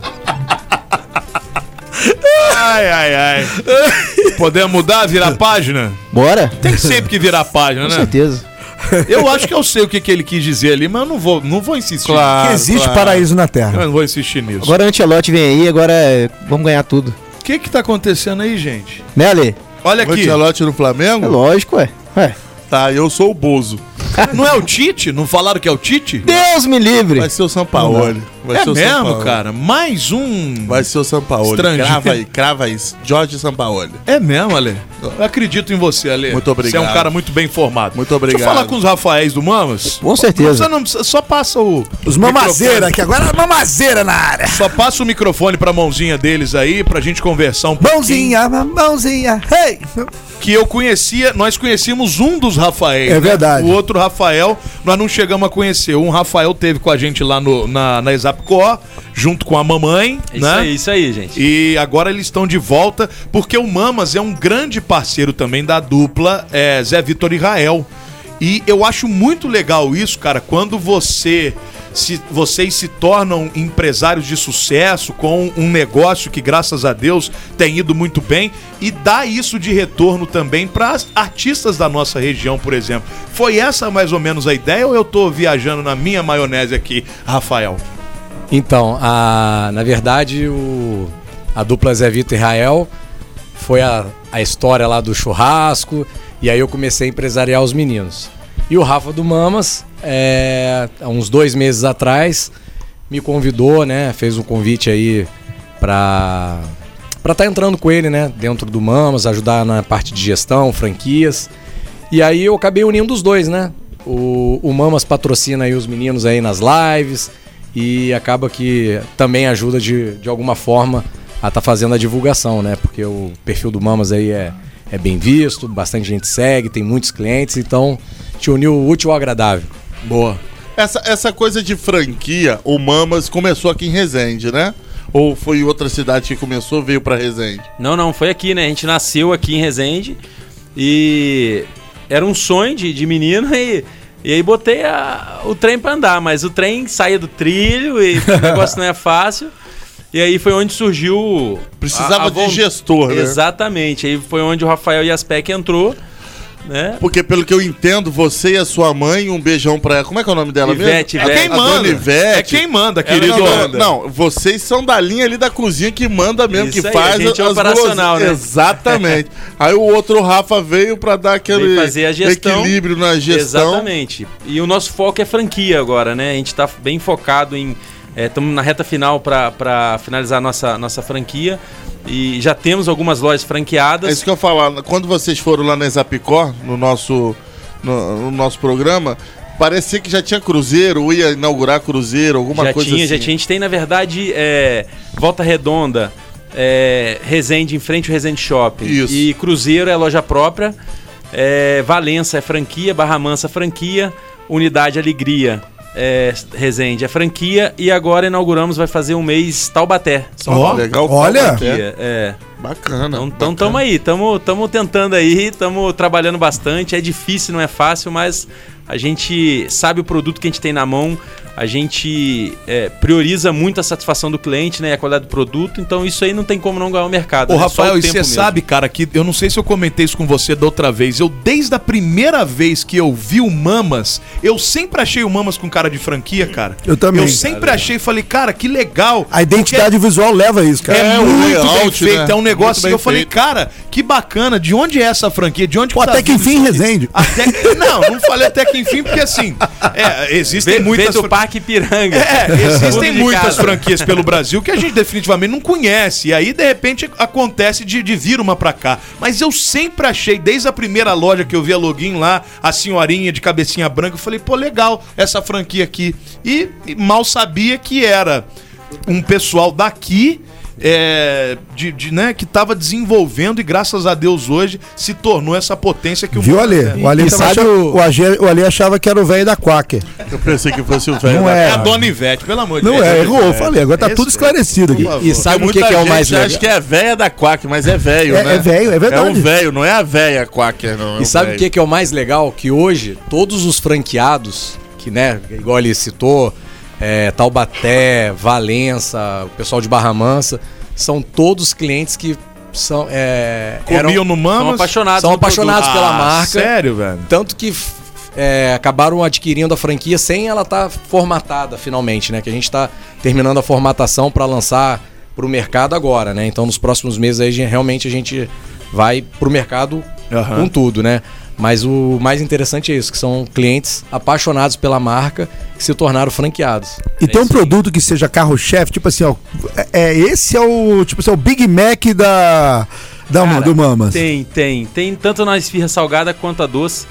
Ai. Podemos mudar, virar a página? Bora? Tem sempre que virar a página, Com né? certeza. Eu acho que eu sei o que ele quis dizer ali, mas eu não vou insistir. Claro. Que existe paraíso na Terra. Eu não vou insistir nisso. Agora o Ancelotti vem aí, agora vamos ganhar tudo. O que tá acontecendo aí, gente? Né, Ale? Olha O aqui. Ancelotti no É Flamengo? lógico, ué. Tá, eu sou o Bozo. Não é o Tite? Não falaram que é o Tite? Deus me livre. Vai ser o Sampaoli. Vai É ser o mesmo, Sampaoli. cara? Mais um... Vai ser o Sampaoli. Estrangeiro. Crava aí. Jorge Sampaoli. É mesmo, Ale? Eu acredito em você, Ale. Muito obrigado. Você é um cara muito bem informado. Muito obrigado. Deixa eu falar com os Rafaéis do Mamas. Com certeza. Não precisa, só passa o... Os mamazeira, que agora é mamazeira na área. Só passa o microfone pra mãozinha deles aí, pra gente conversar um pouquinho. Mãozinha, hey! Que eu conhecia, nós conhecíamos um dos Rafaéis. É verdade. O outro Rafael, nós não chegamos a conhecer. Um Rafael teve com a gente lá na Exapcor, junto com a mamãe, né? Isso aí, gente. E agora eles estão de volta, porque o Mamas é um grande parceiro também da dupla Zé Vitor e Rael. E eu acho muito legal isso, cara, quando vocês se tornam empresários de sucesso com um negócio que, graças a Deus, tem ido muito bem e dá isso de retorno também para artistas da nossa região, por exemplo. Foi essa mais ou menos a ideia ou eu tô viajando na minha maionese aqui, Rafael? Então, na verdade, a dupla Zé Vitor e Rael foi a história lá do churrasco, e aí eu comecei a empresariar os meninos. E o Rafa do Mamas, há uns 2 meses atrás, me convidou, né? Fez um convite aí pra estar entrando com ele, né? Dentro do Mamas, ajudar na parte de gestão, franquias. E aí eu acabei unindo os dois, né? O Mamas patrocina aí os meninos aí nas lives e acaba que também ajuda de alguma forma a estar fazendo a divulgação, né? Porque o perfil do Mamas aí é bem visto, bastante gente segue, tem muitos clientes, então te uniu o útil ao agradável. Boa. Essa coisa de franquia, o Mamas começou aqui em Resende, né? Ou foi em outra cidade que começou, veio pra Resende? Não, foi aqui, né? A gente nasceu aqui em Resende e era um sonho de menino e aí botei o trem pra andar, mas o trem saía do trilho e o negócio não é fácil. E aí foi onde surgiu... Precisava de gestor, né? Exatamente. Aí foi onde o Rafael Yaspek entrou, né? Porque pelo que eu entendo, você e a sua mãe, um beijão pra ela. Como é que é o nome dela Ivete, mesmo? É quem manda. É quem manda, querido. Não, vocês são da linha ali da cozinha que manda mesmo, Isso que aí, faz a gente é operacional, né? Exatamente. Aí o outro Rafa veio pra dar aquele fazer a gestão, equilíbrio na gestão. Exatamente. E o nosso foco é franquia agora, né? A gente tá bem focado em... Estamos na reta final para finalizar a nossa franquia e já temos algumas lojas franqueadas. É isso que eu ia falar. Quando vocês foram lá na Exapicor, no nosso programa, parecia que já tinha cruzeiro, ou ia inaugurar cruzeiro, alguma coisa assim. Já tinha. A gente tem, na verdade, Volta Redonda, Resende, em frente ao Resende Shopping. Isso. E Cruzeiro é loja própria, Valença é franquia, Barra Mansa franquia, Unidade Alegria Resende é franquia e agora inauguramos, vai fazer um mês Taubaté. Legal. Olha! Bacana. Então estamos aí, estamos tentando aí, estamos trabalhando bastante. É difícil, não é fácil, mas a gente sabe o produto que a gente tem na mão, a gente prioriza muito a satisfação do cliente, né, a qualidade do produto, então isso aí não tem como não ganhar o mercado. Ô, Rafael, e você sabe, cara, que eu não sei se eu comentei isso com você da outra vez, desde a primeira vez que eu vi o Mamas, eu sempre achei o Mamas com cara de franquia, cara. Eu também. Eu sempre achei, falei, cara, que legal. A identidade visual leva isso, cara. É muito bem feito, né? é um negócio que eu bem falei, feito. cara, que bacana, de onde é essa franquia? De onde Pô, que até que vindo enfim, isso aqui? Resende. Não falei até que enfim, porque assim, existem muitas... do Parque Piranga. Existem muitas franquias pelo Brasil que a gente definitivamente não conhece. E aí, de repente, acontece de vir uma pra cá. Mas eu sempre achei, desde a primeira loja que eu vi a login lá, a senhorinha de cabecinha branca, eu falei, pô, legal essa franquia aqui. E mal sabia que era um pessoal daqui... né, que estava desenvolvendo e graças a Deus hoje se tornou essa potência que o Viu, Ale? O Ale, sabe o Ale achava que era o velho da Quaker. Eu pensei que fosse o velho. Não É é. a Dona Ivete, pelo amor de Não Deus. errou, eu falei. Agora tá tudo esclarecido aqui. E sabe o que é o mais legal? Acho que é velha da Quack, mas é velho, né? É velho, é verdade. É um velho, não é a velha Quacker, não. E sabe o que é o mais legal? Que hoje, todos os franqueados, que, né, igual ele citou, Taubaté, Valença, o pessoal de Barra Mansa, são todos clientes que são Comiam no Mamas. São apaixonados pela marca. Sério, velho? Tanto que acabaram adquirindo a franquia sem ela estar formatada finalmente, né? Que a gente está terminando a formatação para lançar para o mercado agora, né? Então nos próximos meses aí realmente a gente vai para o mercado com tudo, né? Mas o mais interessante é isso, que são clientes apaixonados pela marca que se tornaram franqueados. E tem um produto que seja carro-chefe, tipo assim, ó, esse é o, tipo assim, o Big Mac do Mamas. Tem tanto na esfirra salgada quanto a doce.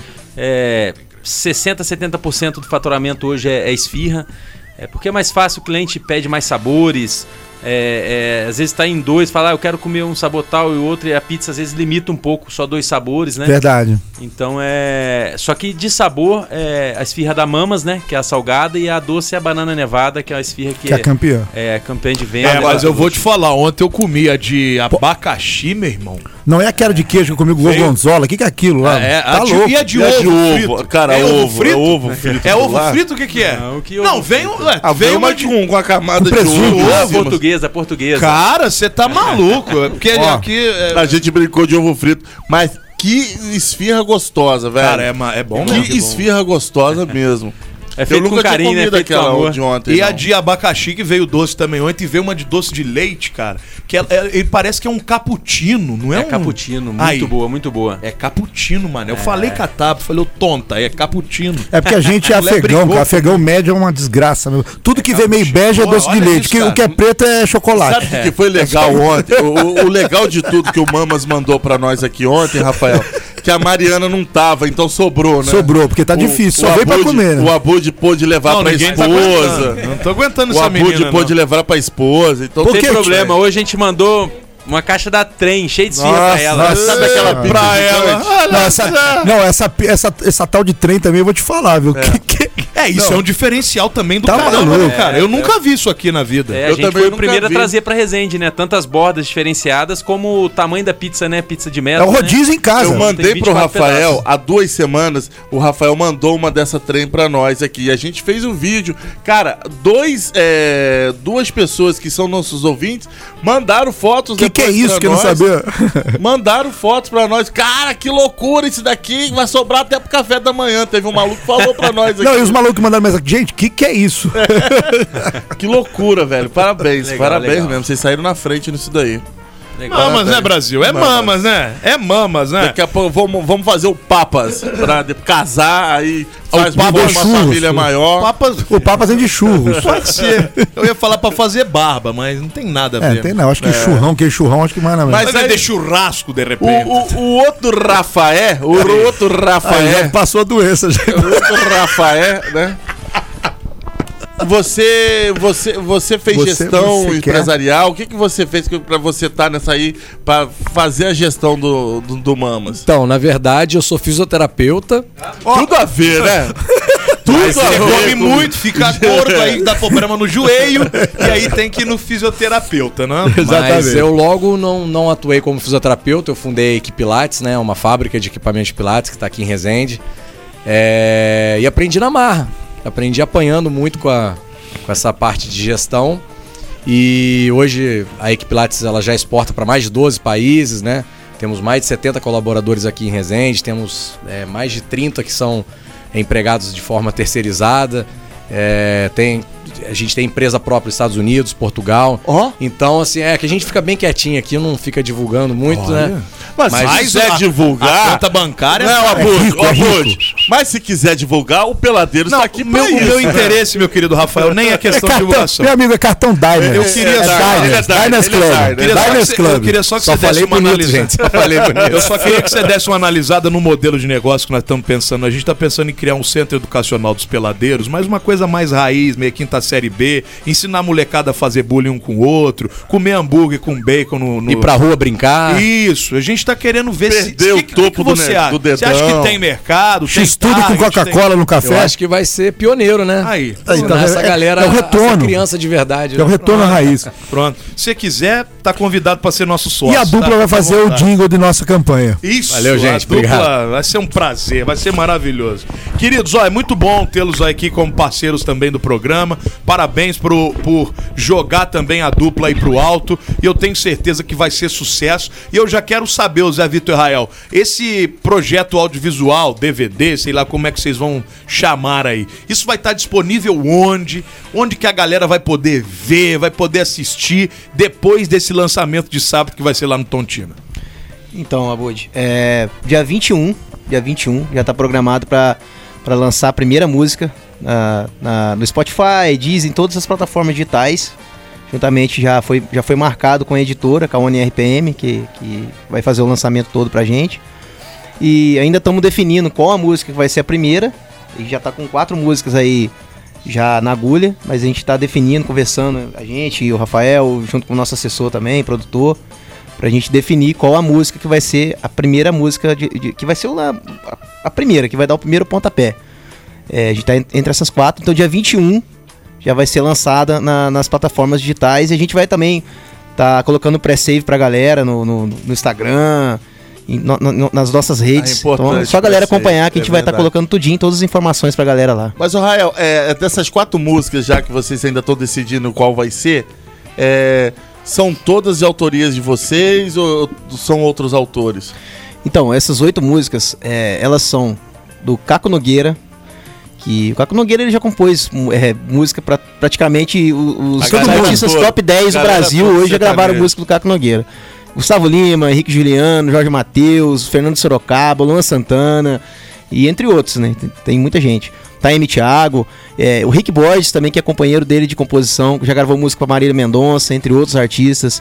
60%, 70% do faturamento hoje é esfirra. Porque é mais fácil, o cliente pede mais sabores. Às vezes está em dois, fala, eu quero comer um sabor tal e o outro, e a pizza às vezes limita um pouco, só 2 sabores, né? Verdade. Então só que de sabor, a esfirra da Mamas, né? Que é a salgada, e a doce é a banana nevada, que é a esfirra que é campeã. É campeã de venda. Mas eu vou te falar, ontem eu comi a de abacaxi, meu irmão. Não é aquela de queijo que eu comi com gorgonzola, o que é aquilo lá? Tá louco. E a de ovo frito? Cara, ovo frito. É ovo frito, o que é? Não, vem uma de com a camada de ovo. Portuguesa. Cara, você tá maluco. Porque aqui. A gente brincou de ovo frito, mas que esfirra gostosa, velho. Cara, é bom mesmo. Que esfirra gostosa mesmo. É feito com carinho, né? Feito com amor. De ontem, e a de abacaxi, que veio doce também ontem, e veio uma de doce de leite, cara. Que ele parece que é um cappuccino, não é? É cappuccino, muito boa, muito boa. É cappuccino, mano. Eu falei com a Tapa, falei, tonta, é cappuccino. É porque a gente é afegão, cara. Afegão médio é uma desgraça, meu. Tudo que vem meio bege é doce de leite, o que é preto é chocolate. Sabe o que foi legal ontem? O legal de tudo que o Mamas mandou pra nós aqui ontem, Rafael, que a Mariana não tava, então sobrou, né? Sobrou, porque tá difícil, só veio pra comer, né? O Abud pôde levar pra esposa. Não tô aguentando essa menina. O Abud pôde levar pra esposa. Então não tem problema, hoje a gente mandou uma caixa da trem, cheia de esfirra pra ela. Sabe aquela pizza pra ela? Essa tal de trem também eu vou te falar, viu? Isso é um diferencial também do tá caramba, né, cara? Eu nunca vi isso aqui na vida. A gente foi o primeiro a trazer pra Resende, né? Tantas bordas diferenciadas como o tamanho da pizza, né? Pizza de metro. É o rodízio em casa. Eu mandei pro Rafael, há 2 semanas, o Rafael mandou uma dessa trem pra nós aqui. A gente fez um vídeo. Cara, duas pessoas que são nossos ouvintes mandaram fotos. Que é isso que eu não sabia? Mandaram fotos pra nós. Cara, que loucura isso daqui. Vai sobrar até pro café da manhã. Teve um maluco que falou pra nós aqui. Não, e os malucos mandaram mensagem. Gente, que é isso? Que loucura, velho. Parabéns. Legal, parabéns legal. mesmo. Vocês saíram na frente nisso daí. Legal. Mamas, né, Brasil? É mamas, né? É mamas, né? Daqui a pouco vamos fazer o Papas pra casar, aí faz uma família maior. O Papas é de churros. Pode ser. Eu ia falar pra fazer barba, mas não tem nada a ver. Tem não. Acho que churrão, acho que mais na Mas vai ter churrasco, de repente. O outro Rafael, já passou a doença. Já. O outro Rafael, né? Você fez gestão empresarial. O que você fez pra você estar nessa aí, pra fazer a gestão do Mamas? Então, na verdade, eu sou fisioterapeuta. Tudo a ver, né? Mas você come muito, fica gordo, aí dá problema no joelho, e aí tem que ir no fisioterapeuta, né? Mas eu logo não atuei como fisioterapeuta, eu fundei a Equipe Pilates, né? Uma fábrica de equipamentos de Pilates que está aqui em Resende. E aprendi na marra. Aprendi apanhando muito com essa parte de gestão. E hoje a Equipe Pilates ela já exporta para mais de 12 países, né? Temos mais de 70 colaboradores aqui em Resende, temos mais de 30 que são empregados de forma terceirizada. A gente tem empresa própria nos Estados Unidos, Portugal. Então, assim, que a gente fica bem quietinho aqui, não fica divulgando muito, né? Mas se quiser divulgar... A conta bancária... Não, Abud. Mas se quiser divulgar, o Peladeiro está aqui pra isso. O meu interesse, meu querido Rafael, nem é questão de divulgação. Meu amigo, é cartão Daimler. Eu queria Eu queria só que você desse uma analisada. Eu só queria que você desse uma analisada no modelo de negócio que nós estamos pensando. A gente está pensando em criar um centro educacional dos peladeiros, mas uma coisa mais raiz, meio quinta série B, ensinar a molecada a fazer bullying um com o outro, comer hambúrguer com bacon no... Ir pra rua brincar. Isso, a gente tá querendo ver Perder o topo do dedão. Você acha que tem mercado? X-tudo com Coca-Cola no café? Eu acho que vai ser pioneiro, né? Aí tá essa galera, é o retorno. Essa criança de verdade. É o retorno à raiz. Pronto. Se quiser, tá convidado pra ser nosso sócio. E a dupla vai fazer o jingle de nossa campanha. Isso. Valeu, gente. Obrigado. Vai ser um prazer, vai ser maravilhoso. Queridos, é muito bom tê-los aqui como parceiros também do programa. Parabéns por jogar também a dupla aí pro alto. E eu tenho certeza que vai ser sucesso. E eu já quero saber, o Zé Vitor Israel, esse projeto audiovisual, DVD, sei lá como é que vocês vão chamar aí, isso vai estar disponível onde? Onde que a galera vai poder ver, vai poder assistir depois desse lançamento de sábado que vai ser lá no Tontina? Então, Abud, dia 21 dia 21, já tá programado para lançar a primeira música no Spotify, Deezer, em todas as plataformas digitais. Juntamente já foi marcado com a editora, com a Oni RPM, que vai fazer o lançamento todo pra gente. E ainda estamos definindo qual a música que vai ser a primeira. E já tá com 4 músicas aí já na agulha, mas a gente tá definindo, conversando, a gente e o Rafael, junto com o nosso assessor também, produtor, pra gente definir qual a música que vai ser a primeira música, que vai ser a primeira, que vai dar o primeiro pontapé. A gente tá entre essas 4, então dia 21 já vai ser lançada nas plataformas digitais e a gente vai também tá colocando pré-save pra galera no Instagram, nas nossas redes. Então, só a galera acompanhar que a gente vai estar colocando tudinho, todas as informações pra galera lá. Mas, Rael, dessas 4 músicas, já que vocês ainda estão decidindo qual vai ser, são todas de autorias de vocês ou são outros autores? Então, essas 8 músicas, elas são do Caco Nogueira, que o Caco Nogueira ele já compôs música pra praticamente os artistas top 10 do Brasil hoje já gravaram música do Caco Nogueira. Gustavo Lima, Henrique Juliano, Jorge Mateus, Fernando Sorocaba, Luan Santana e entre outros, né? Tem muita gente. Taime Thiago, o Rick Borges também, que é companheiro dele de composição, já gravou música pra Marília Mendonça, entre outros artistas.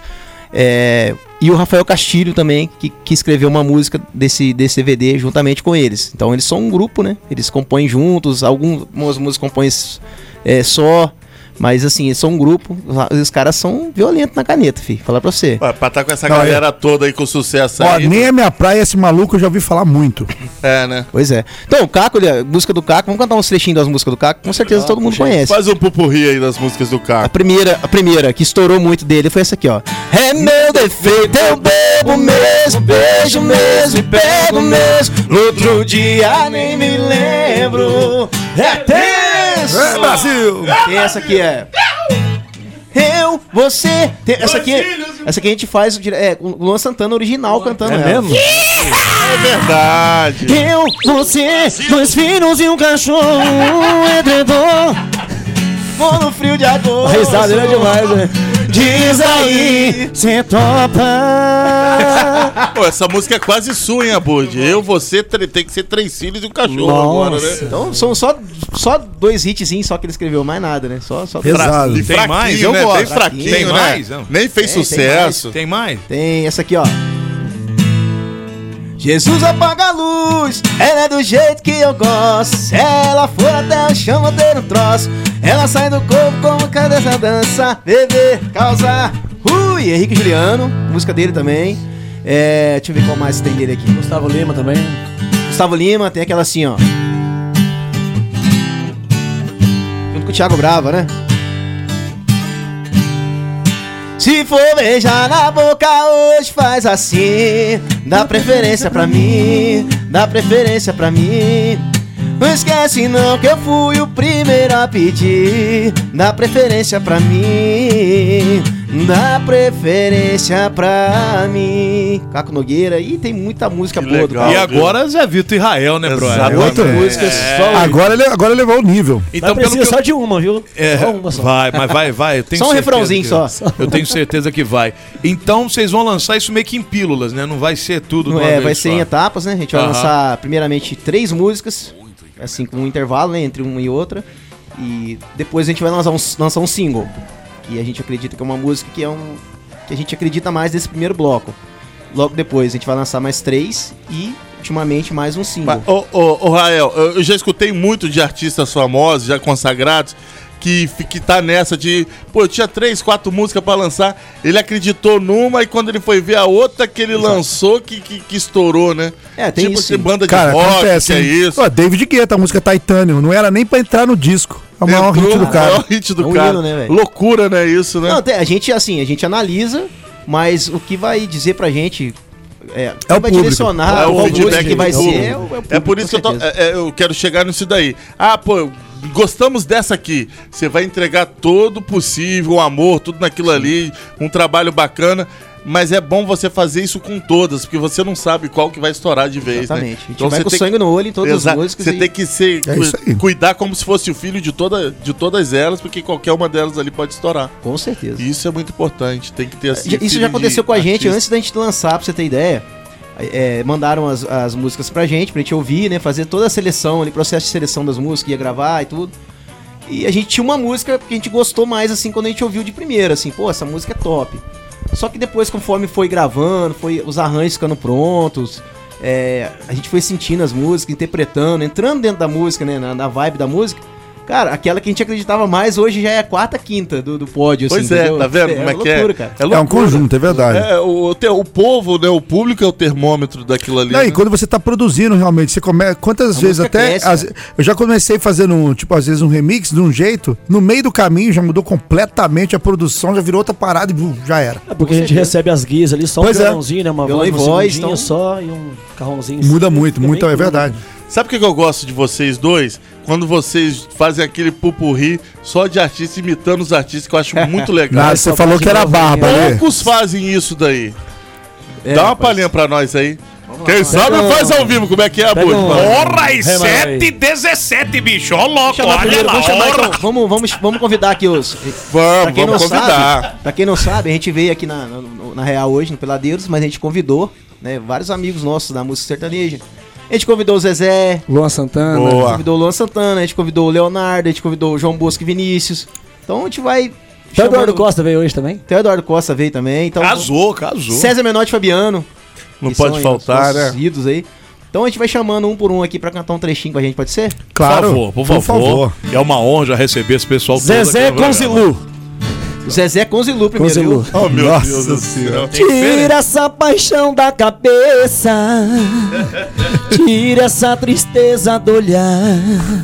E o Rafael Castilho também, que escreveu uma música desse DVD juntamente com eles. Então eles são um grupo, né? Eles compõem juntos, algumas músicas compõem só. Mas assim, eles são um grupo, os caras são violentos na caneta, filho. Falar pra você. Pra estar com essa galera toda aí com sucesso aí. Nem a minha praia, esse maluco, eu já ouvi falar muito. Né? Pois é. Então, o Caco, música do Caco, vamos cantar uns trechinhos das músicas do Caco, com certeza todo mundo conhece. Faz um pupurri aí das músicas do Caco. A primeira que estourou muito dele foi essa aqui, ó. É meu defeito, eu bebo mesmo, beijo mesmo e pego mesmo. No outro dia nem me lembro. É tenso! Brasil! Tem essa aqui, você. Essa aqui a gente faz com o Luan Santana original cantando ela. Mesmo? É verdade. Você, 2 filhos e um cachorro, edredom. Vou no frio de agosto. A risada é demais, né? Diz aí, cê topa. Pô, essa música é quase sua, hein, Abud? Você tem que ser 3 filhos e um cachorro agora, né? Então são só 2 hitzinhos só que ele escreveu, mais nada, né? Só pesado. Tem mais? Eu Né? gosto. Bem fraquinho, Tem mais? Né? Nem fez sucesso. Tem mais? Tem essa aqui, ó. Jesus apaga a luz, ela é do jeito que eu gosto. Se ela for até o chão, vou ter um troço. Ela sai do corpo como cadê essa dança? Beber, causar. Henrique Juliano, música dele também. Deixa eu ver qual mais tem dele aqui. Gustavo Lima também. Gustavo Lima, tem aquela assim, ó. Junto com o Thiago Brava, né? Se for beijar na boca hoje, faz assim. Dá preferência pra mim, dá preferência pra mim. Não esquece não que eu fui o primeiro a pedir. Dá preferência pra mim, dá preferência pra mim. Caco Nogueira, e tem muita música boa do Caco. E agora Zé Vitor e Rael, né, bro? 8 músicas. Agora levou o nível. Então, precisa só de uma, viu? Só uma só. Vai. Eu tenho só um refrãozinho só. Eu tenho certeza que vai. Então vocês vão lançar isso meio que em pílulas, né? Não vai ser tudo de uma vez vai ser só. em etapas, né? A gente vai lançar primeiramente 3 músicas, assim, com um intervalo, né, entre uma e outra. E depois a gente vai lançar um single. Que a gente acredita que é uma música que a gente acredita mais desse primeiro bloco. Logo depois a gente vai lançar mais 3 e ultimamente mais um single. Ô Rael, eu já escutei muito de artistas famosos, já consagrados, que tá nessa de... Pô, eu tinha 3, 4 músicas pra lançar, ele acreditou numa e quando ele foi ver a outra que ele lançou, que estourou, né? Tem tipo, isso. Banda de Cara, rock, acontece, que é isso. David Guetta, a música Titanium, não era nem pra entrar no disco. É o maior hit do cara. O maior hit do um cara. hino, né, velho? Loucura, né, isso, né? Não, a gente analisa, mas o que vai dizer pra gente... o vai público. direcionar o feedback que vai do ser. público. É por isso que eu quero chegar nisso daí. Gostamos dessa aqui. Você vai entregar todo o possível, o amor, tudo naquilo ali, um trabalho bacana. Mas é bom você fazer isso com todas, porque você não sabe qual que vai estourar de vez, Exatamente. né? A gente vai com sangue no olho em todas as músicas. Você tem que cuidar como se fosse o filho de todas elas, porque qualquer uma delas ali pode estourar. Com certeza. E isso é muito importante. Tem que ter assim. Isso já aconteceu com a gente antes da gente lançar, pra você ter ideia. mandaram as músicas pra gente ouvir, né? Fazer toda a seleção ali, processo de seleção das músicas, ia gravar e tudo. E a gente tinha uma música que a gente gostou mais, assim, quando a gente ouviu de primeira, assim, pô, essa música é top. Só que depois, conforme foi gravando, os arranjos ficando prontos, a gente foi sentindo as músicas, interpretando, entrando dentro da música, né, na vibe da música. Cara, aquela que a gente acreditava mais, hoje já é a quarta, quinta do pódio, assim, pois entendeu? Tá vendo como é que loucura, é? Cara. É um conjunto, é verdade. O povo, né, o público é o termômetro daquilo ali. Não, né? e quando você tá produzindo realmente, você começa. Quantas vezes até. Eu já comecei fazendo, tipo, às vezes um remix de um jeito, no meio do caminho já mudou completamente a produção, já virou outra parada e já era. É porque a gente recebe as guias ali, só um violãozinho, né? Uma voz, então só e um carrãozinho. Muda muito, é verdade. Sabe o que eu gosto de vocês dois? Quando vocês fazem aquele pupurri só de artistas imitando os artistas, que eu acho muito legal. Nada, você falou que era barba, né? Poucos fazem isso daí. Dá uma palhinha pra nós aí. Quem sabe faz ao vivo, como é que é, Abud? Porra, e 7h17, bicho. Ó, louco, olha lá. Então, vamos convidar aqui os... Vamos convidar. Pra quem não sabe, a gente veio aqui na Real hoje, no Peladeiros, mas a gente convidou, né, vários amigos nossos da música sertaneja. A gente convidou o Zezé, Luan Santana, a gente convidou o Luan Santana, a gente convidou o Leonardo, a gente convidou o João Bosco e Vinícius. Então a gente vai... O Eduardo Costa veio hoje também? O Eduardo Costa veio também. Então, casou. César Menotti e Fabiano. Não pode faltar, né? Ídolos aí. Então a gente vai chamando um por um aqui pra cantar um trechinho com a gente, pode ser? Claro, por favor. É uma honra receber esse pessoal todo. Zezé com Zilu. Zezé com Zilu primeiro, viu? Oh, meu Deus do céu. Tira essa paixão da cabeça. Tira essa tristeza do olhar.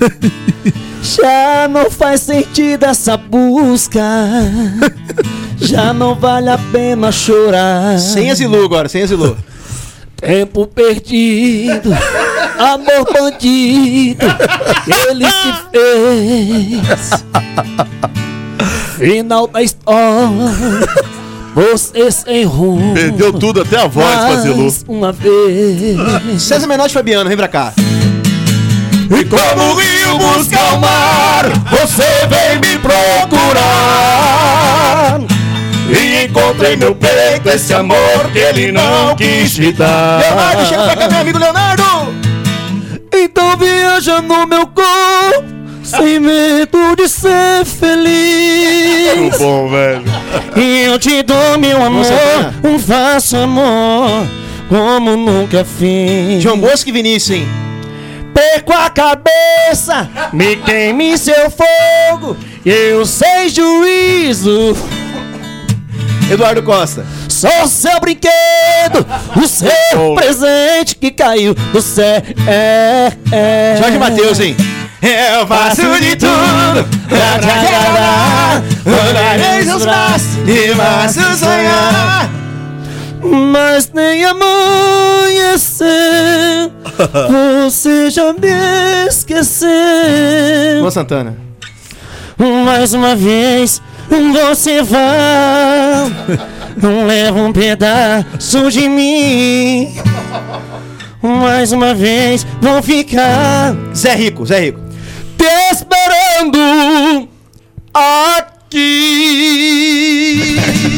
Já não faz sentido essa busca. Já não vale a pena chorar. Sem a Zilu agora, sem a Zilu. Tempo perdido, amor bandido, ele se fez. Final da história, você sem rumo. Perdeu tudo, até a voz, Fazilu. Uma vez. César Menotti e Fabiano, vem pra cá. E como o rio busca o mar, você veio me procurar. E encontrei meu peito esse amor que ele não quis me dar. Leonardo, chega pra cá, meu amigo Leonardo. Então viaja no meu corpo, sem medo de ser feliz. Muito bom, velho. E eu te dou meu amor, faço amor como nunca fiz. João Bosco e Vinícius, hein? Perco a cabeça, me queime seu fogo, eu sei juízo. Eduardo Costa. Sou seu brinquedo, o seu presente que caiu do céu. Jorge Mateus, hein? Eu faço de tudo pra te agradar. Rodarei seus braços e faço sonhar. Mas nem amanhecer você já me esqueceu. Luan Santana. Mais uma vez você vai, leva um pedaço de mim. Mais uma vez vou ficar Zé Rico te esperando aqui.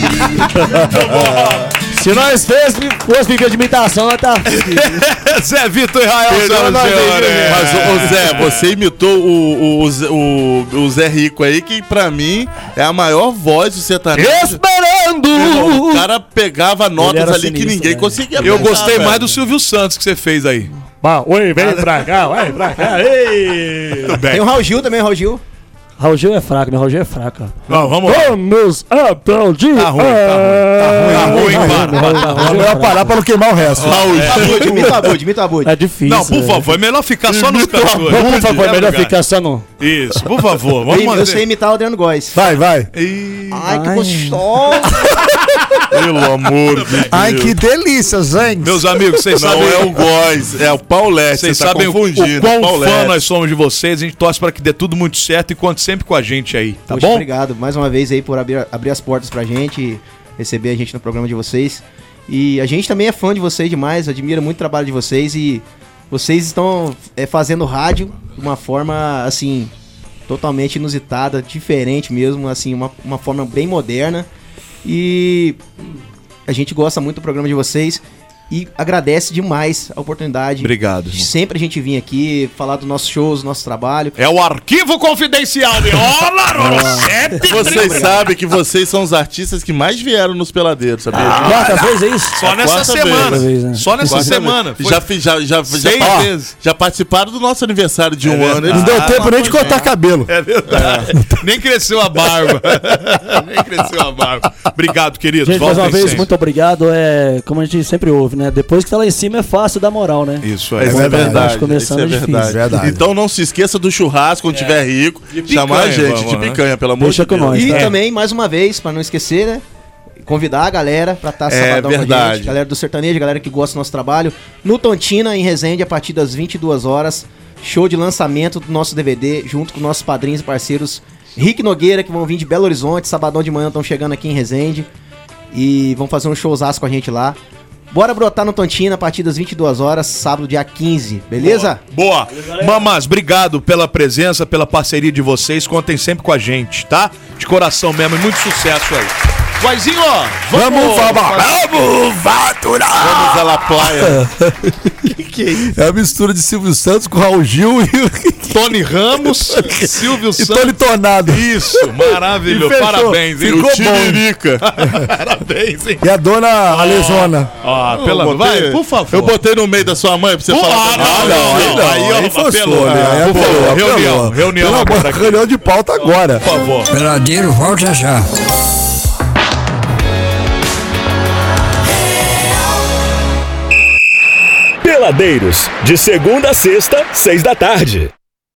Se nós fosse viver de imitação, nós tá. Zé Vitor e Rael, Mas, ô Zé, você imitou o Zé Rico aí, que pra mim é a maior voz do sertanejo. Esperando! O cara pegava notas ali sinistro, que ninguém né? conseguia. Eu pegar, gostei velho. mais do Silvio Santos que você fez aí. Oi, vem pra cá, vai pra cá. Ei. Tem o Raul Gil também, Raul Gil. Raul Gil é fraco, meu Raul Gil é fraco. Não, vamos lá. Vamos aplaudir. Tá ruim. É melhor parar pra não queimar o resto. Imita o Abud. É difícil. Não, por favor, é melhor ficar só nos cantores. Por favor, é melhor ficar só no... Isso, por favor, vamos Eu fazer. sei imitar o Adriano Góes. Vai. Ai, que gostoso. Pelo amor de Deus. Ai, que delícia, gente. Meus amigos, vocês Não sabem... é o Góes, é o Paulette. Vocês Você tá sabem o confundindo. quão Paulette. fã nós somos de vocês. A gente torce para que dê tudo muito certo e conte sempre com a gente aí, tá Poxa, bom? obrigado mais uma vez aí por abrir as portas pra gente, receber a gente no programa de vocês. E a gente também é fã de vocês demais, admira muito o trabalho de vocês e vocês estão fazendo rádio de uma forma, assim, totalmente inusitada, diferente mesmo, assim, uma forma bem moderna. E a gente gosta muito do programa de vocês. e agradece demais a oportunidade. Obrigado. Sempre a gente vir aqui falar dos nossos shows, do nosso trabalho. É o arquivo confidencial de Vocês sabem que vocês são os artistas que mais vieram nos peladeiros, sabia? Quarta vez, é isso? Só nessa semana. Só nessa semana. Já participaram do nosso aniversário de um ano. Não deu tempo nem de cortar cabelo. É verdade. Nem cresceu a barba. Nem cresceu a barba. Obrigado, querido. Gente, mais uma vez, muito obrigado. Como a gente sempre ouve, né? Depois que tá lá em cima é fácil dar moral, né? Isso é verdade. Começando é difícil. verdade. Então não se esqueça do churrasco quando tiver rico. Chamar a gente de picanha, pelo amor de Deus. Nós, e também, mais uma vez, pra não esquecer, né? Convidar a galera pra estar sabadão com a gente. Galera do sertanejo, galera que gosta do nosso trabalho. No Tontina, em Resende, a partir das 22 horas. Show de lançamento do nosso DVD, junto com nossos padrinhos e parceiros Rick Nogueira, que vão vir de Belo Horizonte. Sabadão de manhã estão chegando aqui em Resende. E vão fazer um showzaço com a gente lá. Bora brotar no Tontina a partir das 22 horas, sábado, dia 15, beleza? Boa. Mamás, obrigado pela presença, pela parceria de vocês. Contem sempre com a gente, tá? De coração mesmo, e muito sucesso aí. Guaizinho, ó. Vamos faturar. Vamos à La Playa. Que é isso? É a mistura de Silvio Santos com Raul Gil e Tony Ramos, Silvio Santos. E Tony Tornado. Isso, maravilhoso. Parabéns, hein? Ficou Tiririca. Parabéns, hein? E a dona Alesona. Vai, por favor. Eu botei no meio da sua mãe pra você falar. Reunião de pauta agora. Por favor. Peladeiro, volta já. Peladeiros, de segunda a sexta, 6 da tarde.